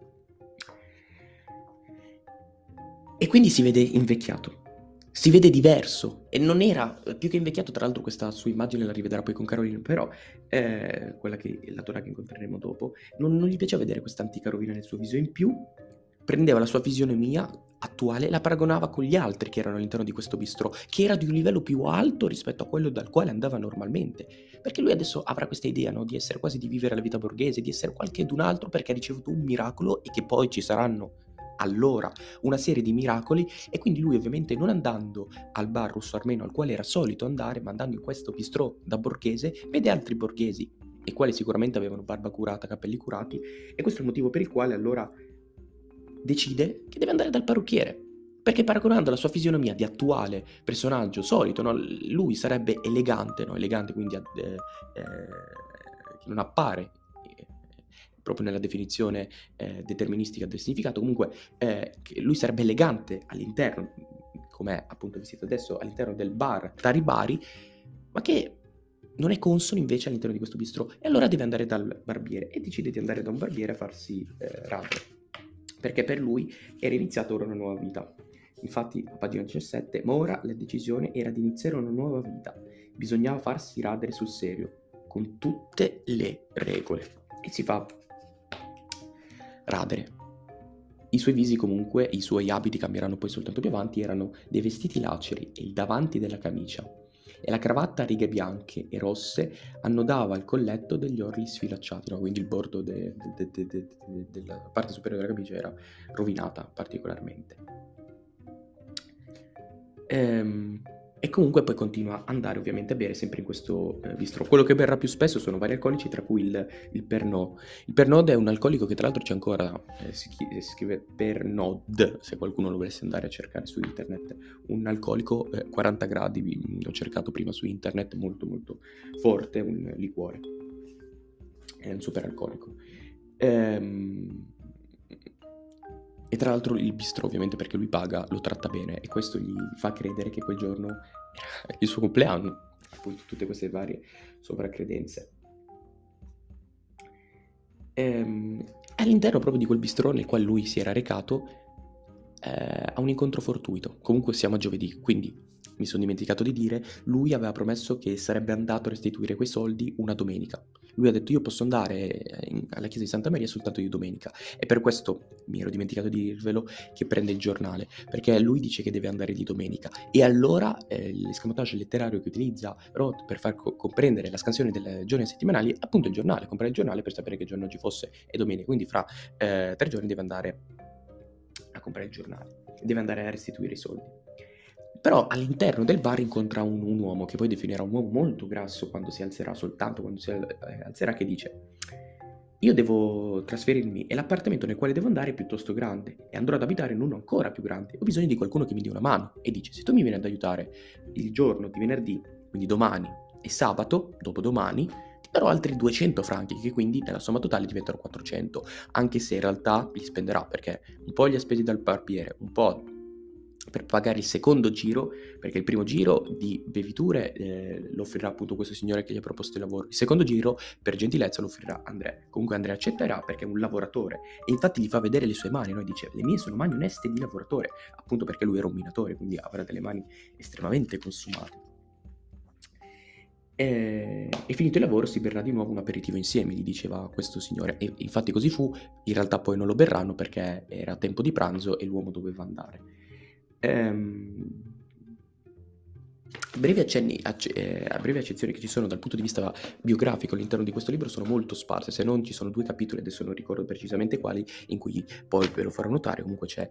E quindi si vede invecchiato, si vede diverso, e non era più che invecchiato. Tra l'altro questa sua immagine la rivedrà poi con Caroline, però quella che la donna che incontreremo dopo, non gli piaceva vedere questa antica rovina nel suo viso. In più prendeva la sua fisionomia attuale e la paragonava con gli altri che erano all'interno di questo bistrò, che era di un livello più alto rispetto a quello dal quale andava normalmente, perché lui adesso avrà questa idea, no? Di essere quasi, di vivere la vita borghese, di essere qualchedun altro perché ha ricevuto un miracolo, e che poi ci saranno allora una serie di miracoli. E quindi lui, ovviamente, non andando al bar russo armeno al quale era solito andare, ma andando in questo bistrò da borghese, vede altri borghesi, i quali sicuramente avevano barba curata, capelli curati, e questo è il motivo per il quale allora decide che deve andare dal parrucchiere, perché paragonando la sua fisionomia di attuale personaggio solito, no? Lui sarebbe elegante, no? Elegante quindi che non appare proprio nella definizione deterministica del significato, comunque che lui sarebbe elegante all'interno, come appunto vestito adesso, all'interno del bar Taribari, ma che non è consono invece all'interno di questo bistrò, e allora deve andare dal barbiere e decide di andare da un barbiere a farsi radere, perché per lui era iniziata ora una nuova vita. Infatti a pagina 17, ma ora la decisione era di iniziare una nuova vita, bisognava farsi radere sul serio, con tutte le regole, e si fa radere. I suoi visi comunque, i suoi abiti cambieranno poi soltanto più avanti, erano dei vestiti laceri e il davanti della camicia, e la cravatta a righe bianche e rosse annodava al colletto degli orli sfilacciati, no? Quindi il bordo della parte superiore della camicia era rovinata particolarmente. E comunque poi continua ad andare ovviamente a bere sempre in questo bistrò. Quello che berrà più spesso sono vari alcolici, tra cui il Pernod. Il Pernod è un alcolico che tra l'altro c'è ancora, si scrive Pernod, se qualcuno lo volesse andare a cercare su internet. Un alcolico 40 gradi, l'ho cercato prima su internet, molto molto forte, un liquore. È un super alcolico. E tra l'altro il bistrò, ovviamente, perché lui paga, lo tratta bene, e questo gli fa credere che quel giorno era il suo compleanno, appunto tutte queste varie sovracredenze. All'interno proprio di quel bistrò nel quale lui si era recato, a un incontro fortuito. Comunque siamo a giovedì, quindi mi sono dimenticato di dire, lui aveva promesso che sarebbe andato a restituire quei soldi una domenica. Lui ha detto: io posso andare alla chiesa di Santa Maria soltanto di domenica, e per questo mi ero dimenticato di dirvelo che prende il giornale, perché lui dice che deve andare di domenica, e allora l'escamotage letterario che utilizza Roth per far comprendere la scansione delle giorni settimanali è appunto il giornale, comprare il giornale per sapere che giorno oggi fosse e domenica, quindi fra 3 giorni deve andare a comprare il giornale, deve andare a restituire i soldi. Però all'interno del bar incontra un uomo che poi definirà un uomo molto grasso quando si alzerà, soltanto quando si alzerà, che dice: io devo trasferirmi e l'appartamento nel quale devo andare è piuttosto grande e andrò ad abitare in uno ancora più grande, ho bisogno di qualcuno che mi dia una mano. E dice: se tu mi vieni ad aiutare il giorno di venerdì, quindi domani e sabato, dopodomani, ti darò altri 200 franchi, che quindi nella somma totale diventano 400, anche se in realtà li spenderà, perché un po' li ha spesi dal barbiere, un po' per pagare il secondo giro, perché il primo giro di beviture lo offrirà appunto questo signore che gli ha proposto il lavoro. Il secondo giro, per gentilezza, lo offrirà Andrea. Comunque Andrea accetterà perché è un lavoratore, e infatti gli fa vedere le sue mani, no? Dice: le mie sono mani oneste di lavoratore, appunto perché lui era un minatore, quindi avrà delle mani estremamente consumate. E finito il lavoro si berrà di nuovo un aperitivo insieme, gli diceva questo signore, e infatti così fu. In realtà poi non lo berranno perché era tempo di pranzo e l'uomo doveva andare. Brevi accenni, a brevi accezioni che ci sono dal punto di vista biografico all'interno di questo libro sono molto sparse, se non ci sono 2 capitoli, adesso non ricordo precisamente quali, in cui poi ve lo farò notare. Comunque c'è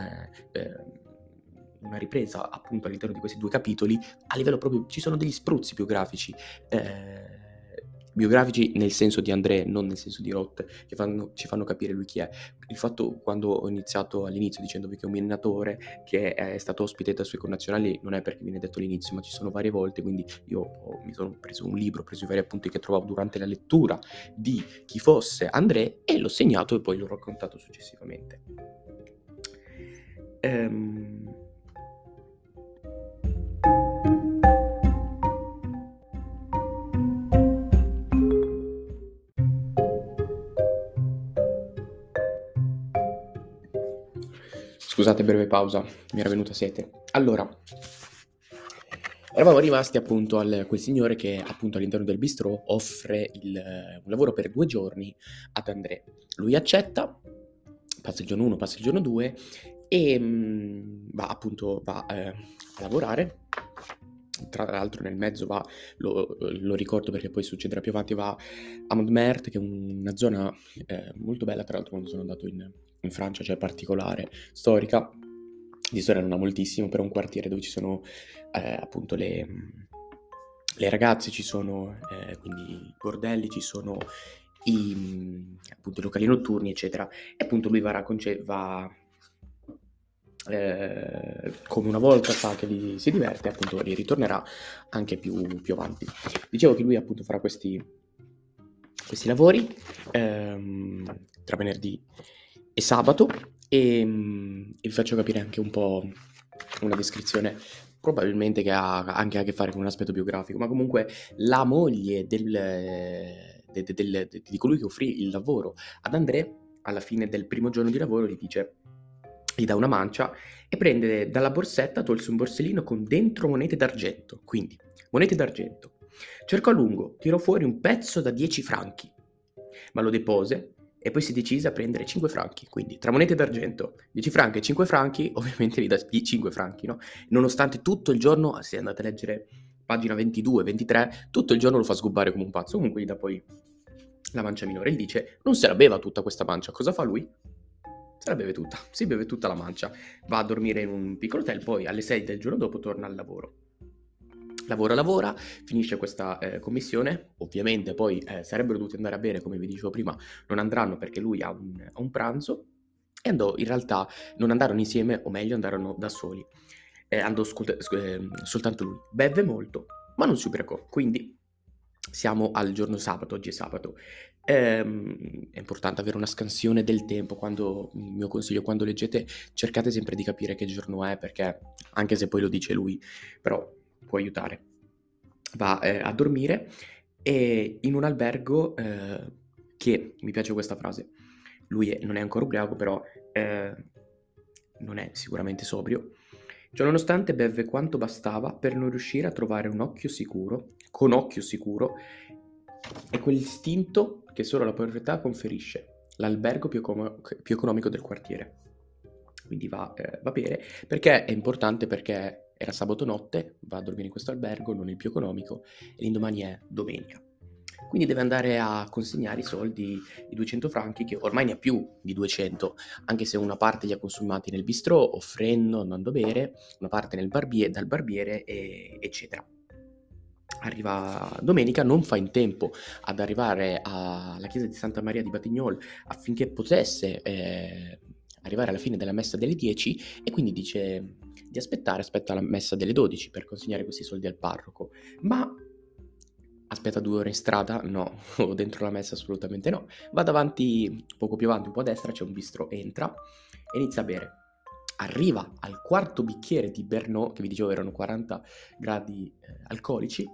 una ripresa appunto all'interno di questi 2 capitoli, a livello proprio ci sono degli spruzzi biografici, biografici nel senso di André, non nel senso di Roth, che ci fanno capire lui chi è. Il fatto, quando ho iniziato all'inizio dicendovi che è un minatore che è stato ospite da suoi connazionali, non è perché viene detto all'inizio, ma ci sono varie volte, quindi io mi sono preso un libro, ho preso i vari appunti che trovavo durante la lettura di chi fosse André, e l'ho segnato e poi l'ho raccontato successivamente. Scusate, breve pausa, mi era venuta sete. Allora, eravamo rimasti appunto quel signore che appunto all'interno del bistrò offre un lavoro per 2 giorni ad André. Lui accetta, passa il giorno 1, passa il giorno 2 e va a lavorare. Tra l'altro nel mezzo lo ricordo perché poi succederà più avanti, va a Montmartre, che è una zona molto bella, tra l'altro quando sono andato in Francia, cioè particolare, storica. Di storia non ha moltissimo, però è un quartiere dove ci sono appunto le ragazze, ci sono quindi i bordelli, ci sono appunto i locali notturni, eccetera. E appunto lui come una volta sa che si diverte, appunto ritornerà anche più avanti. Dicevo che lui appunto farà questi questi lavori tra venerdì e sabato e vi faccio capire anche un po' una descrizione probabilmente che ha anche a che fare con un aspetto biografico, ma comunque la moglie di colui che offrì il lavoro ad André, alla fine del primo giorno di lavoro, gli dà una mancia e prende dalla borsetta, tolse un borsellino con dentro monete d'argento, quindi monete d'argento. Cercò a lungo, tirò fuori un pezzo da 10 franchi, ma lo depose e poi si decise a prendere 5 franchi. Quindi tra monete d'argento, 10 franchi e 5 franchi, ovviamente gli dà 5 franchi, no? Nonostante tutto il giorno, se andate a leggere pagina 22, 23, tutto il giorno lo fa sgobbare come un pazzo. Comunque gli dà poi la mancia minore. Ele dice, non se la beva tutta questa mancia. Cosa fa lui? Se la beve tutta, si beve tutta la mancia. Va a dormire in un piccolo hotel, poi alle 6 del giorno dopo torna al lavoro. Lavora, finisce questa commissione, ovviamente poi sarebbero dovuti andare a bere, come vi dicevo prima, non andranno perché lui ha un pranzo, e in realtà non andarono insieme, o meglio andarono da soli, andò soltanto lui, beve molto, ma non si ubriacò, quindi siamo al giorno sabato, oggi è sabato. È importante avere una scansione del tempo, il mio consiglio, quando leggete, cercate sempre di capire che giorno è, perché anche se poi lo dice lui, però può aiutare. Va a dormire e in un albergo che, mi piace questa frase, non è ancora ubriaco, però non è sicuramente sobrio. Ciononostante bevve quanto bastava per non riuscire a trovare con occhio sicuro, e quell'istinto che solo la povertà conferisce, l'albergo più economico del quartiere. Quindi va a bere, perché è importante, perché era sabato notte, va a dormire in questo albergo, non il più economico, e l'indomani è domenica. Quindi deve andare a consegnare i soldi, i 200 franchi, che ormai ne ha più di 200, anche se una parte li ha consumati nel bistrò, offrendo, andando a bere, una parte dal barbiere, eccetera. Arriva domenica, non fa in tempo ad arrivare alla chiesa di Santa Maria di Batignolles affinché potesse arrivare alla fine della messa delle 10, e quindi dice di aspetta la messa delle 12 per consegnare questi soldi al parroco. Ma aspetta 2 ore in strada? No, o dentro la messa assolutamente no. Va davanti, poco più avanti, un po' a destra, c'è un bistrò, entra e inizia a bere. Arriva al quarto bicchiere di Bernot, che vi dicevo erano 40 gradi alcolici,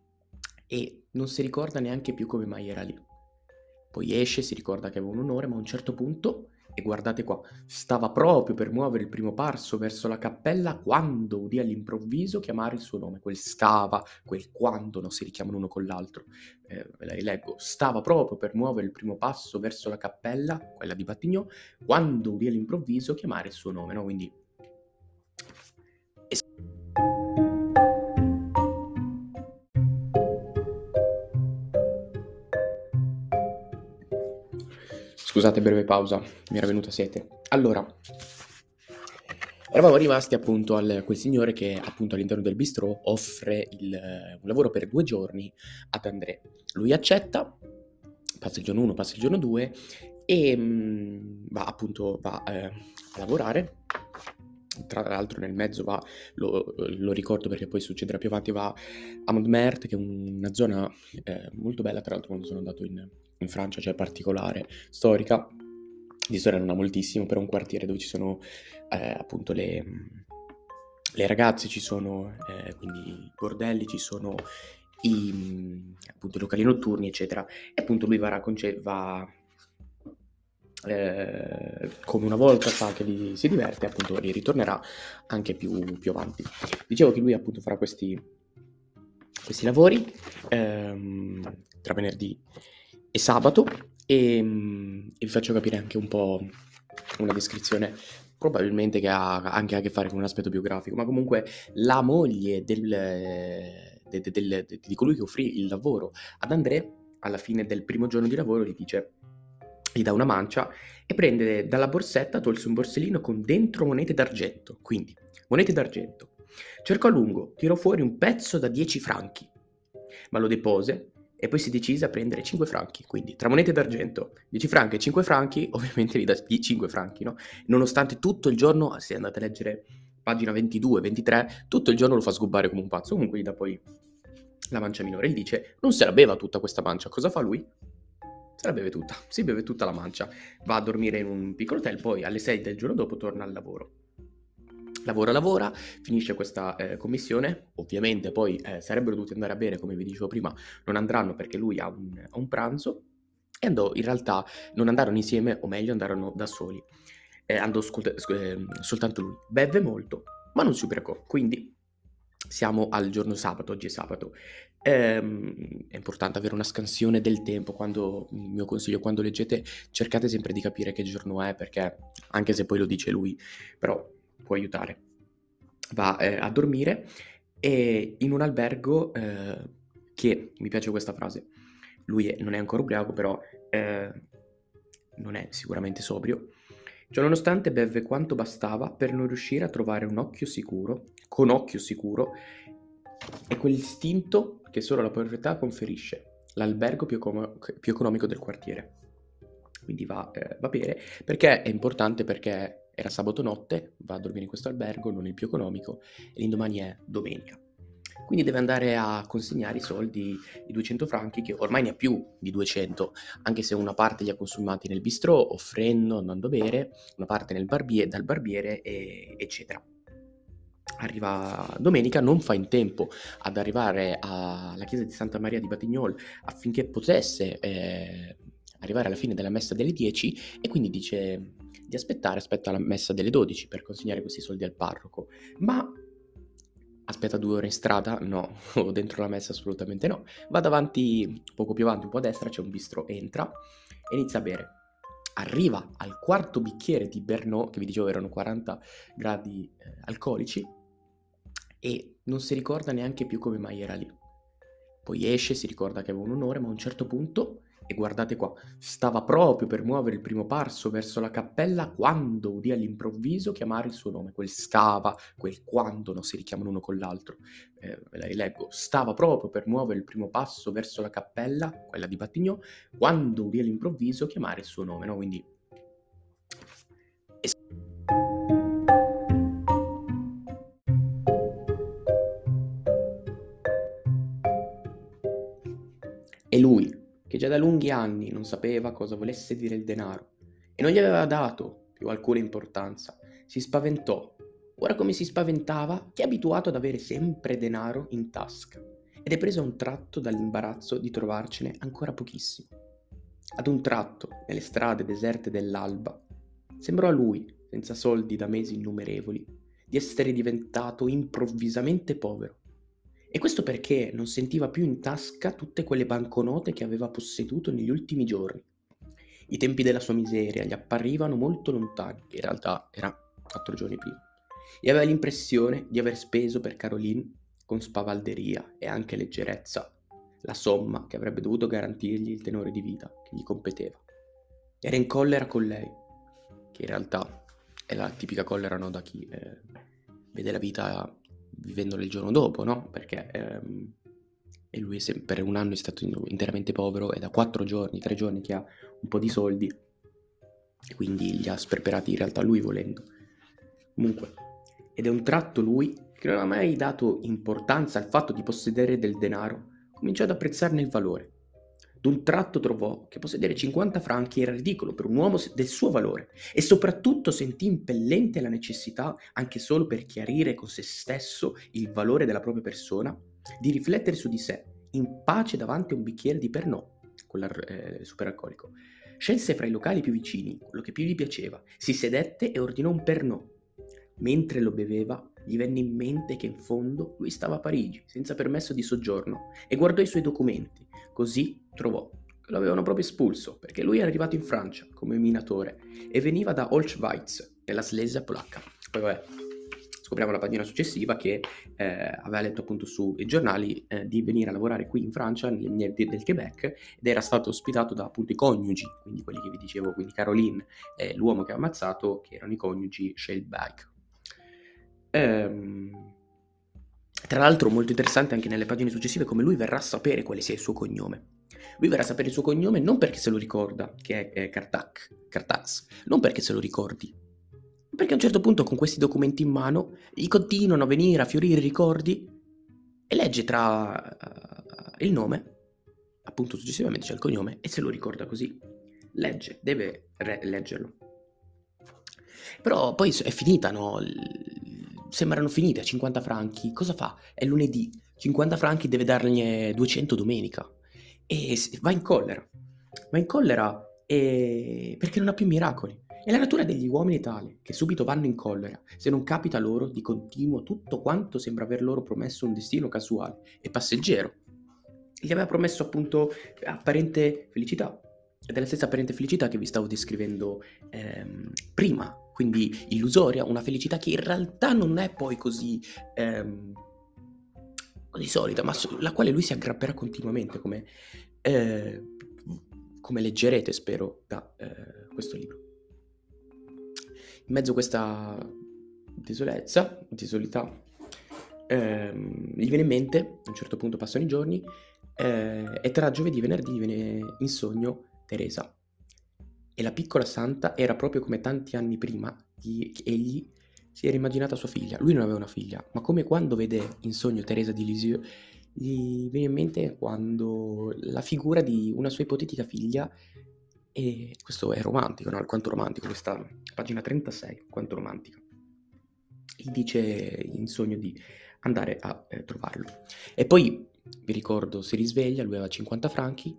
e non si ricorda neanche più come mai era lì. Poi esce, si ricorda che aveva un onore, ma a un certo punto, e guardate qua, stava proprio per muovere il primo passo verso la cappella quando udì all'improvviso chiamare il suo nome. Quel stava, quel quando, non si richiamano uno con l'altro. Ve la rileggo. Stava proprio per muovere il primo passo verso la cappella, quella di Battignò, quando udì all'improvviso chiamare il suo nome, no? Quindi... Scusate, breve pausa, mi era venuta sete. Allora, eravamo rimasti appunto quel signore che appunto all'interno del bistrò offre un lavoro per 2 giorni ad André. Lui accetta, passa il giorno 1, passa il giorno 2 e va a lavorare. Tra l'altro nel mezzo lo ricordo perché poi succederà più avanti, va a Montmartre, che è una zona molto bella, tra l'altro quando sono andato in Francia, cioè particolare, storica. Di storia non ha moltissimo, però è un quartiere dove ci sono appunto le ragazze, ci sono quindi i bordelli, ci sono appunto i locali notturni, eccetera. E appunto lui come una volta sa che si diverte, appunto ritornerà anche più avanti. Dicevo che lui appunto farà questi lavori tra venerdì e sabato, e vi faccio capire anche un po' una descrizione probabilmente che ha anche a che fare con un aspetto biografico, ma comunque la moglie di colui che offrì il lavoro ad André, alla fine del primo giorno di lavoro, gli dà una mancia e prende dalla borsetta, tolse un borsellino con dentro monete d'argento, quindi monete d'argento. Cercò a lungo, tirò fuori un pezzo da 10 franchi, ma lo depose e poi si decise a prendere 5 franchi, quindi tra monete d'argento, 10 franchi e 5 franchi, ovviamente gli dà 5 franchi, no? Nonostante tutto il giorno, se andate a leggere pagina 22, 23, tutto il giorno lo fa sgobbare come un pazzo. Comunque gli dà poi la mancia minore. Ele dice, non se la beva tutta questa mancia. Cosa fa lui? se la beve tutta, si beve tutta la mancia, va a dormire in un piccolo hotel, poi alle 6 del giorno dopo torna al lavoro. Lavora, finisce questa commissione, ovviamente poi sarebbero dovuti andare a bere, come vi dicevo prima, non andranno perché lui ha un pranzo, e in realtà non andarono insieme, o meglio andarono da soli, andò soltanto lui, beve molto, ma non si ubriacò, quindi siamo al giorno sabato, oggi è sabato. È importante avere una scansione del tempo, il mio consiglio quando leggete cercate sempre di capire che giorno è, perché anche se poi lo dice lui, però può aiutare. Va a dormire e in un albergo che, mi piace questa frase, lui non è ancora ubriaco, però non è sicuramente sobrio. Ciononostante bevve quanto bastava per non riuscire a trovare con occhio sicuro, e quell'istinto che solo la povertà conferisce, l'albergo più economico del quartiere. Quindi va a bere, perché è importante, perché era sabato notte, va a dormire in questo albergo, non il più economico, e l'indomani è domenica. Quindi deve andare a consegnare i soldi, i 200 franchi, che ormai ne ha più di 200, anche se una parte li ha consumati nel bistrò, offrendo, andando a bere, una parte dal barbiere, eccetera. Arriva domenica, non fa in tempo ad arrivare alla chiesa di Santa Maria di Batignolles affinché potesse arrivare alla fine della messa delle 10, e quindi dice di aspetta la messa delle 12 per consegnare questi soldi al parroco. Ma aspetta 2 ore in strada? No, o dentro la messa assolutamente no. Va davanti, poco più avanti, un po' a destra, c'è un bistrò, entra e inizia a bere. Arriva al quarto bicchiere di Pernod, che vi dicevo erano 40 gradi alcolici, e non si ricorda neanche più come mai era lì. Poi esce, si ricorda che aveva un onore, ma a un certo punto, e guardate qua, stava proprio per muovere il primo passo verso la cappella quando udì all'improvviso chiamare il suo nome. Quel stava, quel quando, non si richiamano uno con l'altro. Ve la rileggo. Stava proprio per muovere il primo passo verso la cappella, quella di Battignò, quando udì all'improvviso chiamare il suo nome, no? Quindi e lui, che già da lunghi anni non sapeva cosa volesse dire il denaro e non gli aveva dato più alcuna importanza, si spaventò. Ora come si spaventava chi è abituato ad avere sempre denaro in tasca, ed è preso a un tratto dall'imbarazzo di trovarcene ancora pochissimo. Ad un tratto, nelle strade deserte dell'alba, sembrò a lui, senza soldi da mesi innumerevoli, di essere diventato improvvisamente povero. E questo perché non sentiva più in tasca tutte quelle banconote che aveva posseduto negli ultimi giorni. I tempi della sua miseria gli apparivano molto lontani, che in realtà era 4 giorni prima, e aveva l'impressione di aver speso per Caroline, con spavalderia e anche leggerezza, la somma che avrebbe dovuto garantirgli il tenore di vita che gli competeva. Era in collera con lei, che in realtà è la tipica collera, no, da chi vede la vita vivendola il giorno dopo, no? Perché e lui per un anno è stato interamente povero, e da 4 giorni, 3 giorni che ha un po' di soldi, e quindi li ha sperperati in realtà lui volendo. Comunque, ed è un tratto lui che non ha mai dato importanza al fatto di possedere del denaro, cominciò ad apprezzarne il valore. D'un tratto trovò che possedere 50 franchi era ridicolo per un uomo del suo valore, e soprattutto sentì impellente la necessità, anche solo per chiarire con se stesso il valore della propria persona, di riflettere su di sé, in pace davanti a un bicchiere di Pernod, superalcolico. Scelse fra i locali più vicini quello che più gli piaceva, si sedette e ordinò un Pernod. Mentre lo beveva, gli venne in mente che in fondo lui stava a Parigi, senza permesso di soggiorno, e guardò i suoi documenti. Così trovò che lo avevano proprio espulso, perché lui era arrivato in Francia come minatore e veniva da Olschwitz, nella Slesia polacca. Poi vabbè, scopriamo la pagina successiva che aveva letto appunto sui giornali di venire a lavorare qui in Francia, nelle miniere del Quebec, ed era stato ospitato da appunto i coniugi, quindi quelli che vi dicevo, quindi Caroline e l'uomo che ha ammazzato, che erano i coniugi Scheibach. Tra l'altro molto interessante anche nelle pagine successive come lui verrà a sapere quale sia il suo cognome. Lui verrà a sapere il suo cognome non perché se lo ricorda, che è Cartax, non perché se lo ricordi, perché a un certo punto con questi documenti in mano gli continuano a venire a fiorire i ricordi, e legge tra il nome appunto successivamente c'è il cognome e se lo ricorda così. Legge, deve leggerlo. Però poi è finita, no? Sembrano finite a 50 franchi. Cosa fa? È lunedì. 50 franchi deve darne 200 domenica. E va in collera. Va in collera perché non ha più miracoli. E la natura degli uomini è tale che subito vanno in collera se non capita loro di continuo tutto quanto sembra aver loro promesso un destino casuale e passeggero. Gli aveva promesso appunto apparente felicità. Ed è la stessa apparente felicità che vi stavo descrivendo prima, quindi illusoria, una felicità che in realtà non è poi così solida, ma sulla quale lui si aggrapperà continuamente, come leggerete, spero, da questo libro. In mezzo a questa desolità, gli viene in mente, a un certo punto passano i giorni, e tra giovedì e venerdì gli viene in sogno Teresa. E la piccola santa era proprio come tanti anni prima egli si era immaginata sua figlia. Lui non aveva una figlia, ma come quando vede in sogno Teresa di Lisieux, gli viene in mente quando la figura di una sua ipotetica figlia, e questo è romantico, no? Quanto romantico, questa pagina 36, quanto romantica. Gli dice in sogno di andare a trovarlo. E poi, vi ricordo, si risveglia, lui aveva 50 franchi,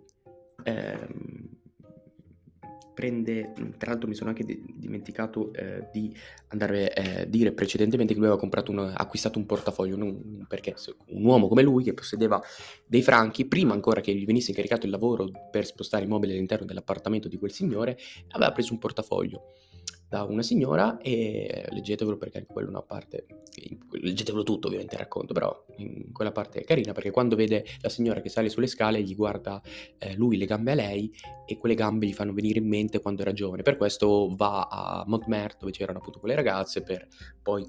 prende, tra l'altro mi sono anche dimenticato di andare a dire precedentemente che lui aveva acquistato un portafoglio, perché un uomo come lui che possedeva dei franchi, prima ancora che gli venisse incaricato il lavoro per spostare i mobili all'interno dell'appartamento di quel signore, aveva preso un portafoglio da una signora, e leggetevelo perché anche quella è una parte, leggetevelo tutto ovviamente il racconto, però in quella parte è carina perché quando vede la signora che sale sulle scale gli guarda lui le gambe a lei, e quelle gambe gli fanno venire in mente quando era giovane. Per questo va a Montmartre, dove c'erano appunto quelle ragazze, per poi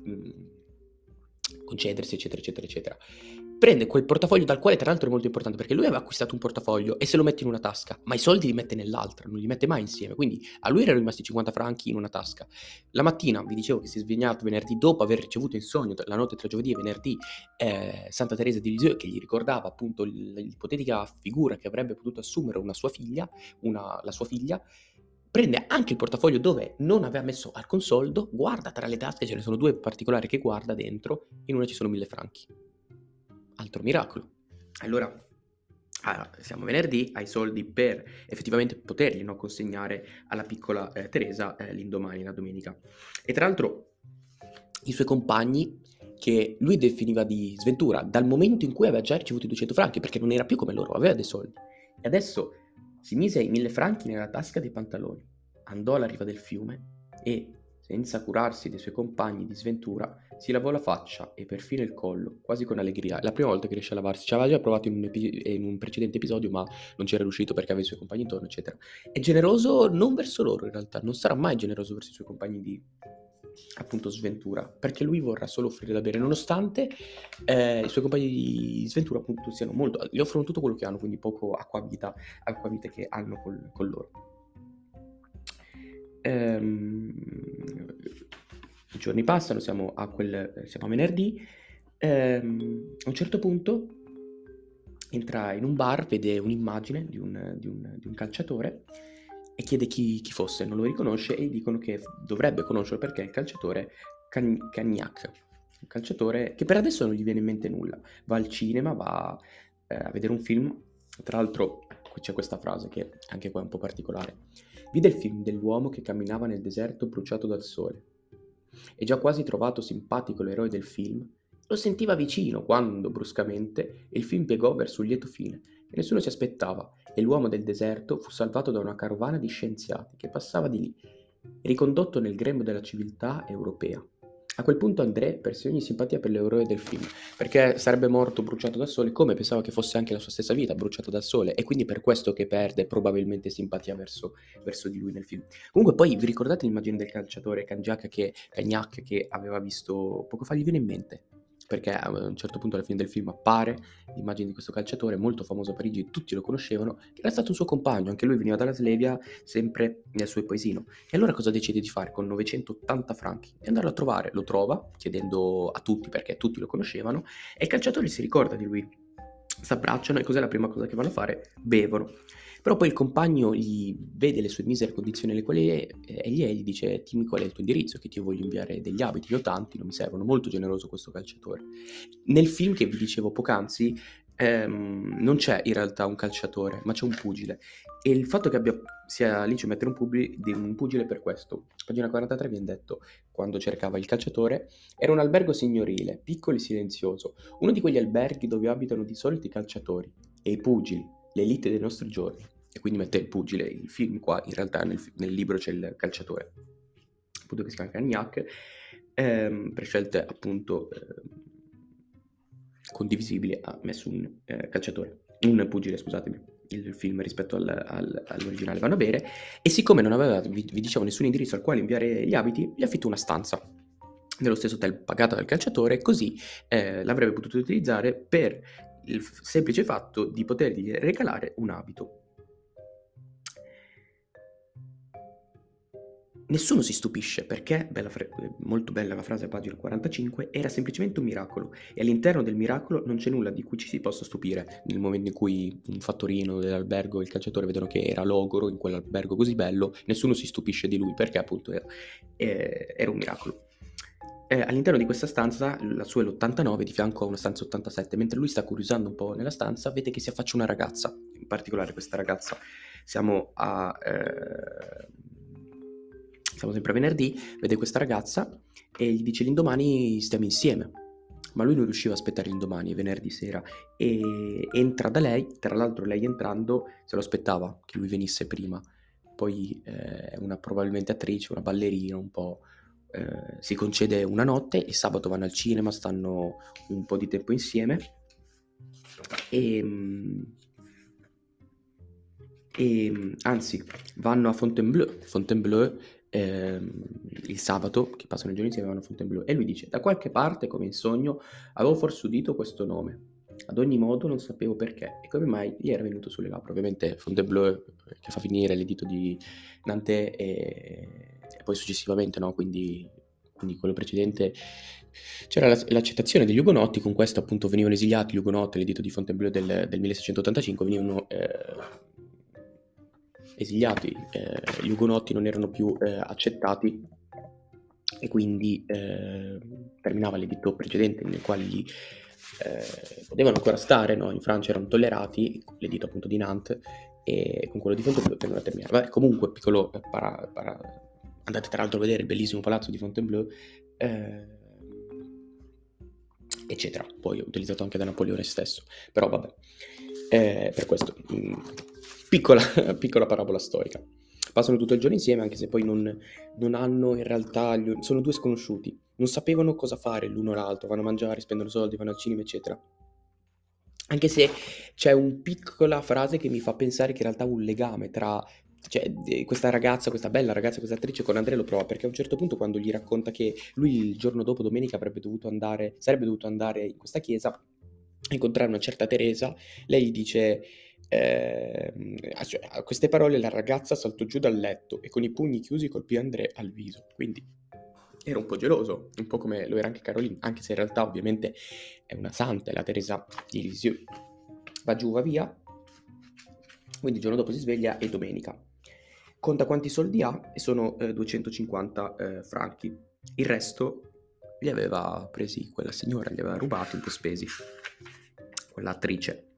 concedersi, eccetera, eccetera, eccetera. Prende quel portafoglio, dal quale tra l'altro è molto importante, perché lui aveva acquistato un portafoglio e se lo mette in una tasca, ma i soldi li mette nell'altra, non li mette mai insieme, quindi a lui erano rimasti 50 franchi in una tasca. La mattina, vi dicevo che si è svegliato venerdì dopo aver ricevuto in sogno, la notte tra giovedì e venerdì, Santa Teresa di Lisieux, che gli ricordava appunto l'ipotetica figura che avrebbe potuto assumere una sua figlia, la sua figlia. Prende anche il portafoglio dove non aveva messo alcun soldo, guarda tra le tasche, ce ne sono due particolari che guarda dentro, in una ci sono 1000 franchi. Altro miracolo. Allora, siamo venerdì, hai soldi per effettivamente poterli, no, consegnare alla piccola Teresa l'indomani, la domenica. E tra l'altro i suoi compagni, che lui definiva di sventura, dal momento in cui aveva già ricevuto i 200 franchi, perché non era più come loro, aveva dei soldi. E adesso si mise i 1000 franchi nella tasca dei pantaloni, andò alla riva del fiume e, senza curarsi dei suoi compagni di sventura, si lavò la faccia e perfino il collo, quasi con allegria. È la prima volta che riesce a lavarsi. Ci aveva già provato in un precedente episodio, ma non c'era riuscito perché aveva i suoi compagni intorno, eccetera. È generoso non verso loro, in realtà. Non sarà mai generoso verso i suoi compagni di, appunto, sventura, perché lui vorrà solo offrire da bere, nonostante i suoi compagni di sventura appunto siano molto, gli offrono tutto quello che hanno, quindi poco acquavita che hanno con loro. I giorni passano, siamo a venerdì. A un certo punto entra in un bar, vede un'immagine di un calciatore e chiede chi fosse, non lo riconosce, e gli dicono che dovrebbe conoscerlo perché è il calciatore Cagnac, un calciatore che per adesso non gli viene in mente nulla. Va al cinema, va a vedere un film. Tra l'altro c'è questa frase che anche qua è un po' particolare. Vide il film dell'uomo che camminava nel deserto bruciato dal sole. E già quasi trovato simpatico l'eroe del film, lo sentiva vicino quando, bruscamente, il film piegò verso un lieto fine che nessuno si aspettava, e l'uomo del deserto fu salvato da una carovana di scienziati che passava di lì, ricondotto nel grembo della civiltà europea. A quel punto André perse ogni simpatia per l'eroe del film, perché sarebbe morto bruciato dal sole, come pensava che fosse anche la sua stessa vita bruciata dal sole, e quindi per questo che perde probabilmente simpatia verso di lui nel film. Comunque poi vi ricordate l'immagine del calciatore Cagnac che aveva visto poco fa? Gli viene in mente, perché a un certo punto alla fine del film appare l'immagine di questo calciatore molto famoso a Parigi, tutti lo conoscevano, che era stato un suo compagno, anche lui veniva dalla Svevia, sempre nel suo paesino. E allora cosa decide di fare con 980 franchi? Di andarlo a trovare. Lo trova chiedendo a tutti, perché tutti lo conoscevano, e il calciatore si ricorda di lui. s'abbracciano e cos'è la prima cosa che vanno a fare? Bevono. Però poi il compagno gli vede le sue misere condizioni nelle quali è e gli dice: "Dimmi qual è il tuo indirizzo, che ti voglio inviare degli abiti, ne ho tanti, non mi servono." Molto generoso questo calciatore. Nel film che vi dicevo poc'anzi, non c'è in realtà un calciatore, ma c'è un pugile. E il fatto che sia Alice a mettere un pugile per questo. Pagina 43 vien detto, quando cercava il calciatore: "Era un albergo signorile, piccolo e silenzioso, uno di quegli alberghi dove abitano di solito i calciatori e i pugili, l'élite dei nostri giorni." E quindi mette il pugile. Il film qua, in realtà nel libro c'è il calciatore, appunto, che si chiama Cagnac, per scelte appunto condivisibili ha messo un pugile, scusatemi, il film rispetto all'originale. Vanno a bere e siccome non aveva, vi dicevo, nessun indirizzo al quale inviare gli abiti, gli affitta una stanza nello stesso hotel pagata dal calciatore, così l'avrebbe potuto utilizzare per il semplice fatto di potergli regalare un abito. Nessuno si stupisce perché, molto bella la frase a pagina 45, era semplicemente un miracolo e all'interno del miracolo non c'è nulla di cui ci si possa stupire. Nel momento in cui un fattorino dell'albergo e il calciatore vedono che era logoro in quell'albergo così bello, nessuno si stupisce di lui perché appunto era un miracolo. All'interno di questa stanza, la sua è l'89, di fianco a una stanza 87, mentre lui sta curiosando un po' nella stanza, vede che si affaccia una ragazza, in particolare questa ragazza. Siamo sempre a venerdì, vede questa ragazza e gli dice: "L'indomani stiamo insieme." Ma lui non riusciva a aspettare l'indomani, è venerdì sera, e entra da lei. Tra l'altro lei entrando se lo aspettava che lui venisse prima. Poi è una probabilmente attrice, una ballerina un po', si concede una notte, il sabato vanno al cinema, stanno un po' di tempo insieme anzi vanno a Fontainebleau, il sabato, che passano i giorni insieme, vanno a Fontainebleau e lui dice: "Da qualche parte, come in sogno, avevo forse udito questo nome. Ad ogni modo non sapevo perché e come mai gli era venuto sulle labbra." Ovviamente Fontainebleau, che fa finire l'editto di Nanterre e poi successivamente, no, quindi quello precedente c'era l'accettazione degli ugonotti. Con questo appunto venivano esiliati gli ugonotti, l'editto di Fontainebleau del 1685, venivano esiliati, gli ugonotti non erano più accettati e quindi terminava l'editto precedente nel quale potevano ancora stare, no? In Francia erano tollerati, l'editto appunto di Nantes, e con quello di Fontainebleau tendono a terminare. Vabbè, comunque, piccolo andate tra l'altro a vedere il bellissimo palazzo di Fontainebleau, eccetera. Poi utilizzato anche da Napoleone stesso, però vabbè, per questo piccola parabola storica. Passano tutto il giorno insieme, anche se poi non hanno in realtà, sono due sconosciuti, non sapevano cosa fare l'uno o l'altro, vanno a mangiare, spendono soldi, vanno al cinema, eccetera. Anche se c'è un piccola frase che mi fa pensare che in realtà un legame tra, cioè, questa ragazza, questa bella ragazza, questa attrice con Andrea lo prova, perché a un certo punto, quando gli racconta che lui il giorno dopo, domenica, sarebbe dovuto andare in questa chiesa a incontrare una certa Teresa, lei gli dice, a queste parole la ragazza saltò giù dal letto e con i pugni chiusi colpì Andrea al viso. Quindi era un po' geloso, un po' come lo era anche Caroline, anche se in realtà ovviamente è una santa, è la Teresa di Lisieux. Va giù, va via, quindi il giorno dopo si sveglia, è domenica. Conta quanti soldi ha e sono 250 franchi. Il resto li aveva presi quella signora, li aveva rubati, un po' spesi, quell'attrice.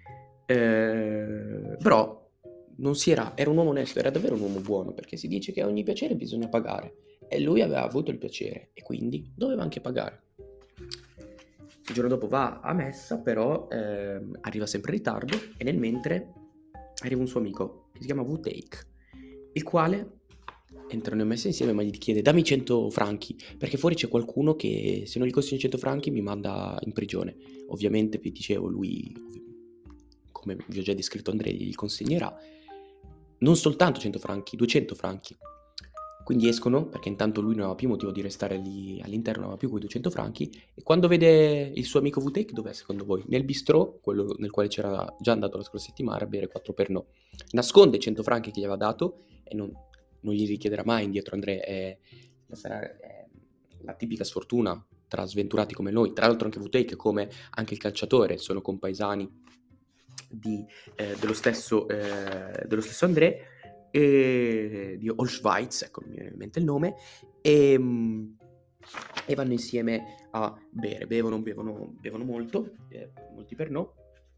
Però era un uomo onesto, era davvero un uomo buono, perché si dice che a ogni piacere bisogna pagare e lui aveva avuto il piacere e quindi doveva anche pagare. Il giorno dopo va a messa, però arriva sempre in ritardo e nel mentre arriva un suo amico che si chiama Wuteik, il quale entrano in messa insieme, ma gli chiede: "Dammi 100 franchi, perché fuori c'è qualcuno che se non gli costano 100 franchi mi manda in prigione." Ovviamente, vi dicevo, lui, come vi ho già descritto Andrea, gli consegnerà non soltanto 100 franchi, 200 franchi. Quindi escono, perché intanto lui non aveva più motivo di restare lì all'interno, non aveva più quei 200 franchi, e quando vede il suo amico Vutek, dov'è secondo voi? Nel bistrò, quello nel quale c'era già andato la scorsa settimana a bere 4 Pernod. Nasconde i 100 franchi che gli aveva dato e non gli richiederà mai indietro Andrea. Sarà la tipica sfortuna tra sventurati come noi, tra l'altro anche Wutake come anche il calciatore sono compaesani dello stesso André, di Olschweiz, ecco, non mi viene in mente il nome, e vanno insieme a bere, bevono molto, molti per no,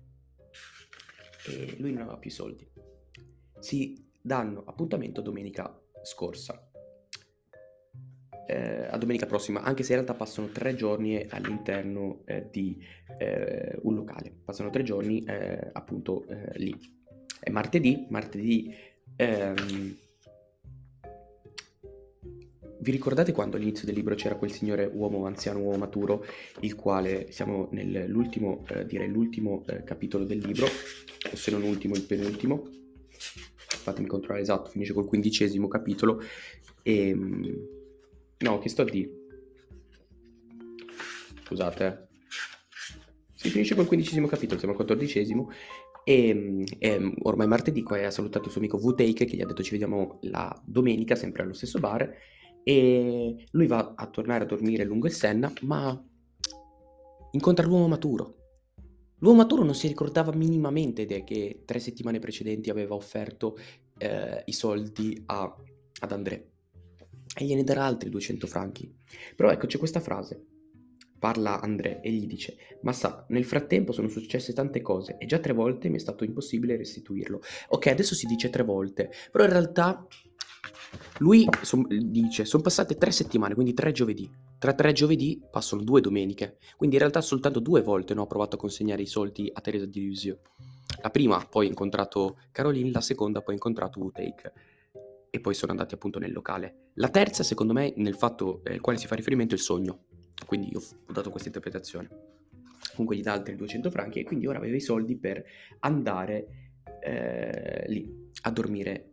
e lui non aveva più soldi. Si danno appuntamento domenica scorsa, a domenica prossima, anche se in realtà passano 3 giorni all'interno di un locale, passano 3 giorni appunto lì. È martedì, vi ricordate quando all'inizio del libro c'era quel signore uomo anziano, uomo maturo, il quale siamo nell'ultimo, direi l'ultimo capitolo del libro, o se non ultimo, il penultimo, fatemi controllare esatto, finisce col 15° capitolo, e no, che sto a dire? Scusate, si finisce col 15° capitolo, siamo al 14°, e ormai martedì qua ha salutato il suo amico Wutake, che gli ha detto ci vediamo la domenica, sempre allo stesso bar, e lui va a tornare a dormire lungo il Senna, ma incontra l'uomo maturo. L'uomo maturo non si ricordava minimamente che 3 settimane precedenti aveva offerto i soldi ad André, e gliene darà altri 200 franchi. Però ecco, c'è questa frase. Parla André e gli dice: ma sa, nel frattempo sono successe tante cose e già 3 volte mi è stato impossibile restituirlo. Ok, adesso si dice 3 volte, però in realtà lui dice sono passate 3 settimane, quindi 3 giovedì. Tra 3 giovedì passano 2 domeniche, quindi in realtà soltanto 2 volte ho provato a consegnare i soldi a Teresa di Lisieux. La prima poi ho incontrato Caroline, la seconda poi ho incontrato Wutake, e poi sono andati appunto nel locale. La terza, secondo me, nel fatto al quale si fa riferimento è il sogno, quindi io ho dato questa interpretazione. Comunque gli dà altri 200 franchi e quindi ora aveva i soldi per andare lì a dormire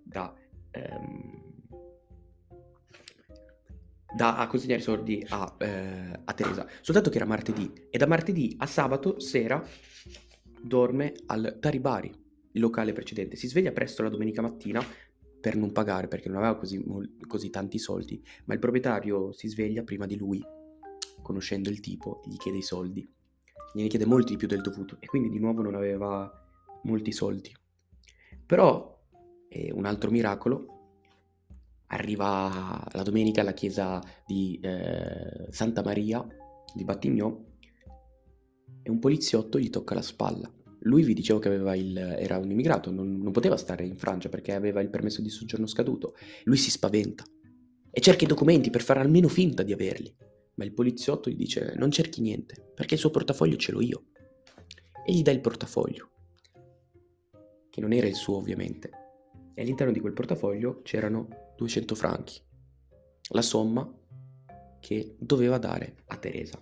a consegnare i soldi a Teresa. Soltanto che era martedì, e da martedì a sabato sera dorme al Taribari, il locale precedente. Si sveglia presto la domenica mattina per non pagare, perché non aveva così tanti soldi, ma il proprietario si sveglia prima di lui, conoscendo il tipo, gli chiede i soldi. Gliene chiede molti di più del dovuto, e quindi di nuovo non aveva molti soldi. Però, un altro miracolo, arriva la domenica alla chiesa di Santa Maria di Battignò e un poliziotto gli tocca la spalla. Lui vi dicevo che era un immigrato, non poteva stare in Francia perché aveva il permesso di soggiorno scaduto. Lui si spaventa e cerca i documenti per fare almeno finta di averli, ma il poliziotto gli dice non cerchi niente perché il suo portafoglio ce l'ho io, e gli dà il portafoglio, che non era il suo ovviamente, e all'interno di quel portafoglio c'erano 200 franchi, la somma che doveva dare a Teresa.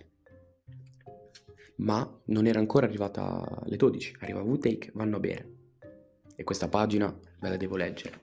Ma non era ancora arrivata alle 12, arriva Wutake, vanno a bere, e questa pagina ve la devo leggere.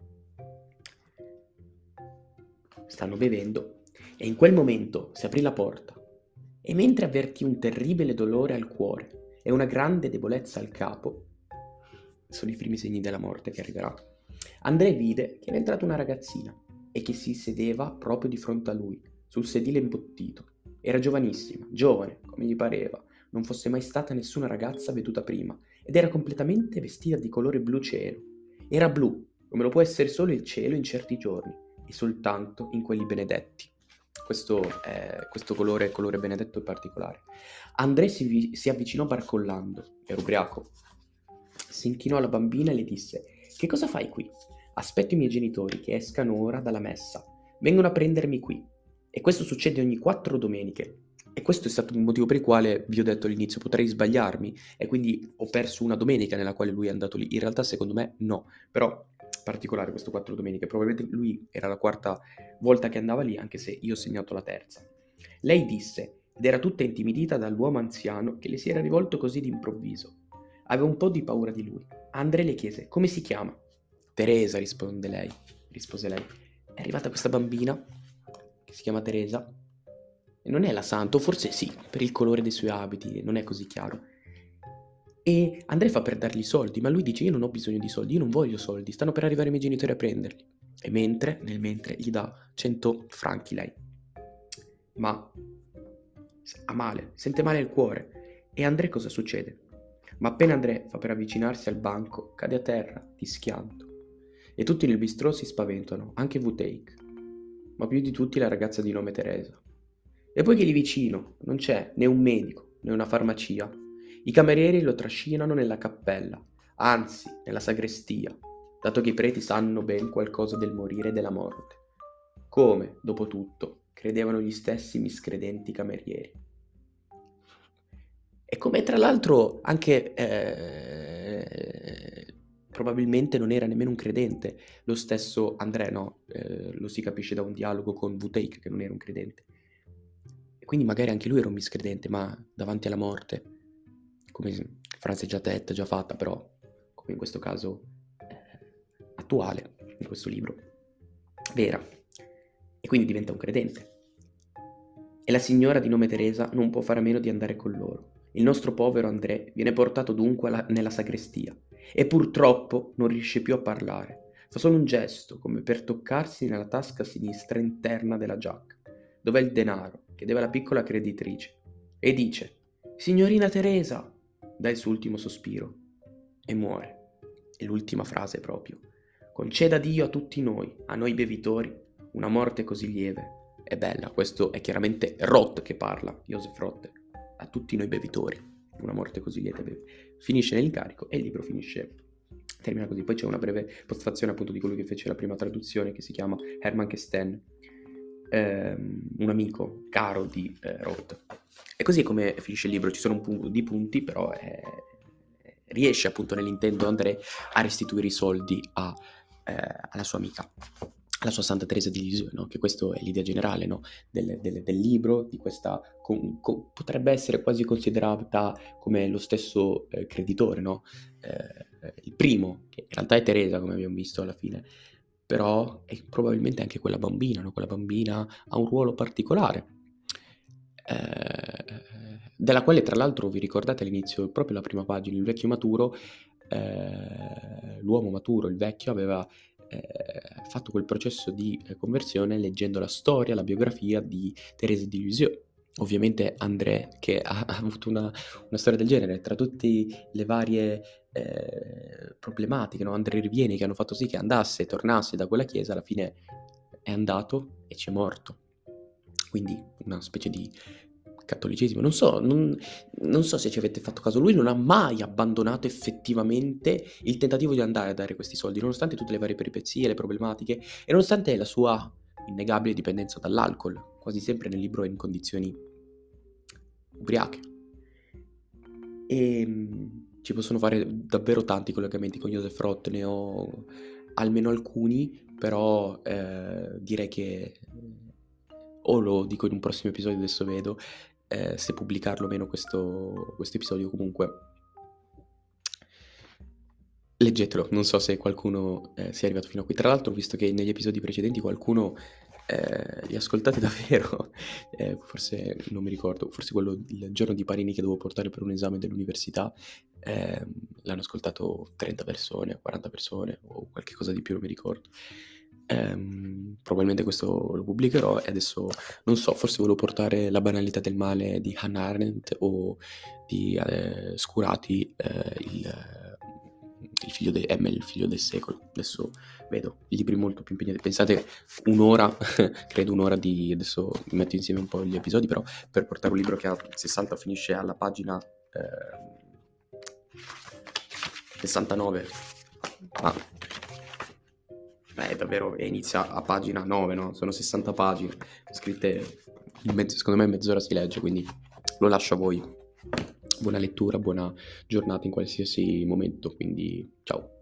Stanno bevendo e in quel momento si aprì la porta, e mentre avvertì un terribile dolore al cuore e una grande debolezza al capo, sono i primi segni della morte che arriverà, André vide che era entrata una ragazzina e che si sedeva proprio di fronte a lui, sul sedile imbottito. Era giovanissima, giovane, come gli pareva, non fosse mai stata nessuna ragazza veduta prima, ed era completamente vestita di colore blu cielo. Era blu, come lo può essere solo il cielo in certi giorni, e soltanto in quelli benedetti. Questo colore benedetto è particolare. André si avvicinò barcollando, era ubriaco. Si inchinò alla bambina e le disse: che cosa fai qui? Aspetto i miei genitori che escano ora dalla messa. Vengono a prendermi qui. E questo succede ogni 4 domeniche. E questo è stato il motivo per il quale vi ho detto all'inizio potrei sbagliarmi, e quindi ho perso una domenica nella quale lui è andato lì. In realtà secondo me no, però particolare questo 4 domeniche. Probabilmente lui era la 4ª volta che andava lì, anche se io ho segnato la 3ª. Lei disse, ed era tutta intimidita dall'uomo anziano che le si era rivolto così d'improvviso. Aveva un po' di paura di lui. André le chiese: come si chiama? Teresa, rispose lei. È arrivata questa bambina che si chiama Teresa, e non è la santa, o forse sì, per il colore dei suoi abiti, non è così chiaro. E André fa per dargli i soldi, ma lui dice: io non ho bisogno di soldi, io non voglio soldi, stanno per arrivare i miei genitori a prenderli. E nel mentre gli dà 100 franchi lei. Ma ha male, sente male il cuore. E André cosa succede? Ma appena André fa per avvicinarsi al banco, cade a terra, di schianto. E tutti nel bistrò si spaventano, anche V-Take, ma più di tutti la ragazza di nome Teresa. E poi che lì vicino non c'è né un medico né una farmacia. I camerieri lo trascinano nella cappella, anzi nella sagrestia, dato che i preti sanno ben qualcosa del morire e della morte, come, dopo tutto, credevano gli stessi miscredenti camerieri. E come tra l'altro anche probabilmente non era nemmeno un credente, lo stesso André, no? Lo si capisce da un dialogo con V-Take che non era un credente. E quindi magari anche lui era un miscredente, ma davanti alla morte, come frase già detta, già fatta, però come in questo caso attuale, in questo libro, vera. E quindi diventa un credente. E la signora di nome Teresa non può fare a meno di andare con loro. Il nostro povero André viene portato dunque nella sagrestia e purtroppo non riesce più a parlare. Fa solo un gesto, come per toccarsi nella tasca sinistra interna della giacca, dove è il denaro che deve alla piccola creditrice, e dice: «Signorina Teresa!» dà il suo ultimo sospiro e muore. E l'ultima frase proprio: «Conceda Dio a tutti noi, a noi bevitori, una morte così lieve e bella». Questo è chiaramente Roth che parla, Joseph Roth, a tutti noi bevitori, una morte così lieve. Finisce nell'incarico e il libro termina così. Poi c'è una breve postfazione appunto di colui che fece la prima traduzione, che si chiama Hermann Kesten, un amico caro di Roth. E così è come finisce il libro. Ci sono un po' di punti, però riesce appunto nell'intento André a restituire i soldi alla sua amica, alla sua Santa Teresa di Lisieux, no? Che questo è l'idea generale, no? del libro, di questa potrebbe essere quasi considerata come lo stesso creditore, no? Il primo, che in realtà è Teresa, come abbiamo visto alla fine, però è probabilmente anche quella bambina, no? Quella bambina ha un ruolo particolare, della quale tra l'altro vi ricordate all'inizio, proprio la prima pagina, il vecchio maturo, l'uomo maturo, il vecchio, aveva fatto quel processo di conversione leggendo la storia, la biografia di Thérèse de Lisieux. Ovviamente André, che ha avuto una storia del genere, tra tutte le varie problematiche, no? André Rivieni, che hanno fatto sì che andasse e tornasse da quella chiesa, alla fine è andato e ci è morto. Quindi una specie di cattolicesimo. Non so se ci avete fatto caso, lui non ha mai abbandonato effettivamente il tentativo di andare a dare questi soldi, nonostante tutte le varie peripezie, le problematiche, e nonostante la sua innegabile dipendenza dall'alcol. Quasi sempre nel libro è in condizioni ubriache. E ci possono fare davvero tanti collegamenti con Joseph Roth, ne ho almeno alcuni, però direi che o lo dico in un prossimo episodio, adesso vedo se pubblicarlo o meno questo episodio. Comunque leggetelo, non so se qualcuno sia arrivato fino a qui. Tra l'altro ho visto che negli episodi precedenti qualcuno li ascoltate davvero, forse non mi ricordo, forse quello il giorno di Parini che dovevo portare per un esame dell'università, l'hanno ascoltato 30 persone, 40 persone o qualche cosa di più, non mi ricordo. Probabilmente questo lo pubblicherò e adesso non so, forse volevo portare La banalità del male di Hannah Arendt o di Scurati, il figlio di Emmel, il figlio del secolo. Adesso vedo i libri molto più impegnati. Pensate un'ora, credo un'ora di... Adesso metto insieme un po' gli episodi, però per portare un libro che ha 60 finisce alla pagina 69. Davvero, inizia a pagina 9, no? Sono 60 pagine scritte, secondo me mezz'ora si legge, quindi lo lascio a voi. Buona lettura, buona giornata in qualsiasi momento, quindi ciao.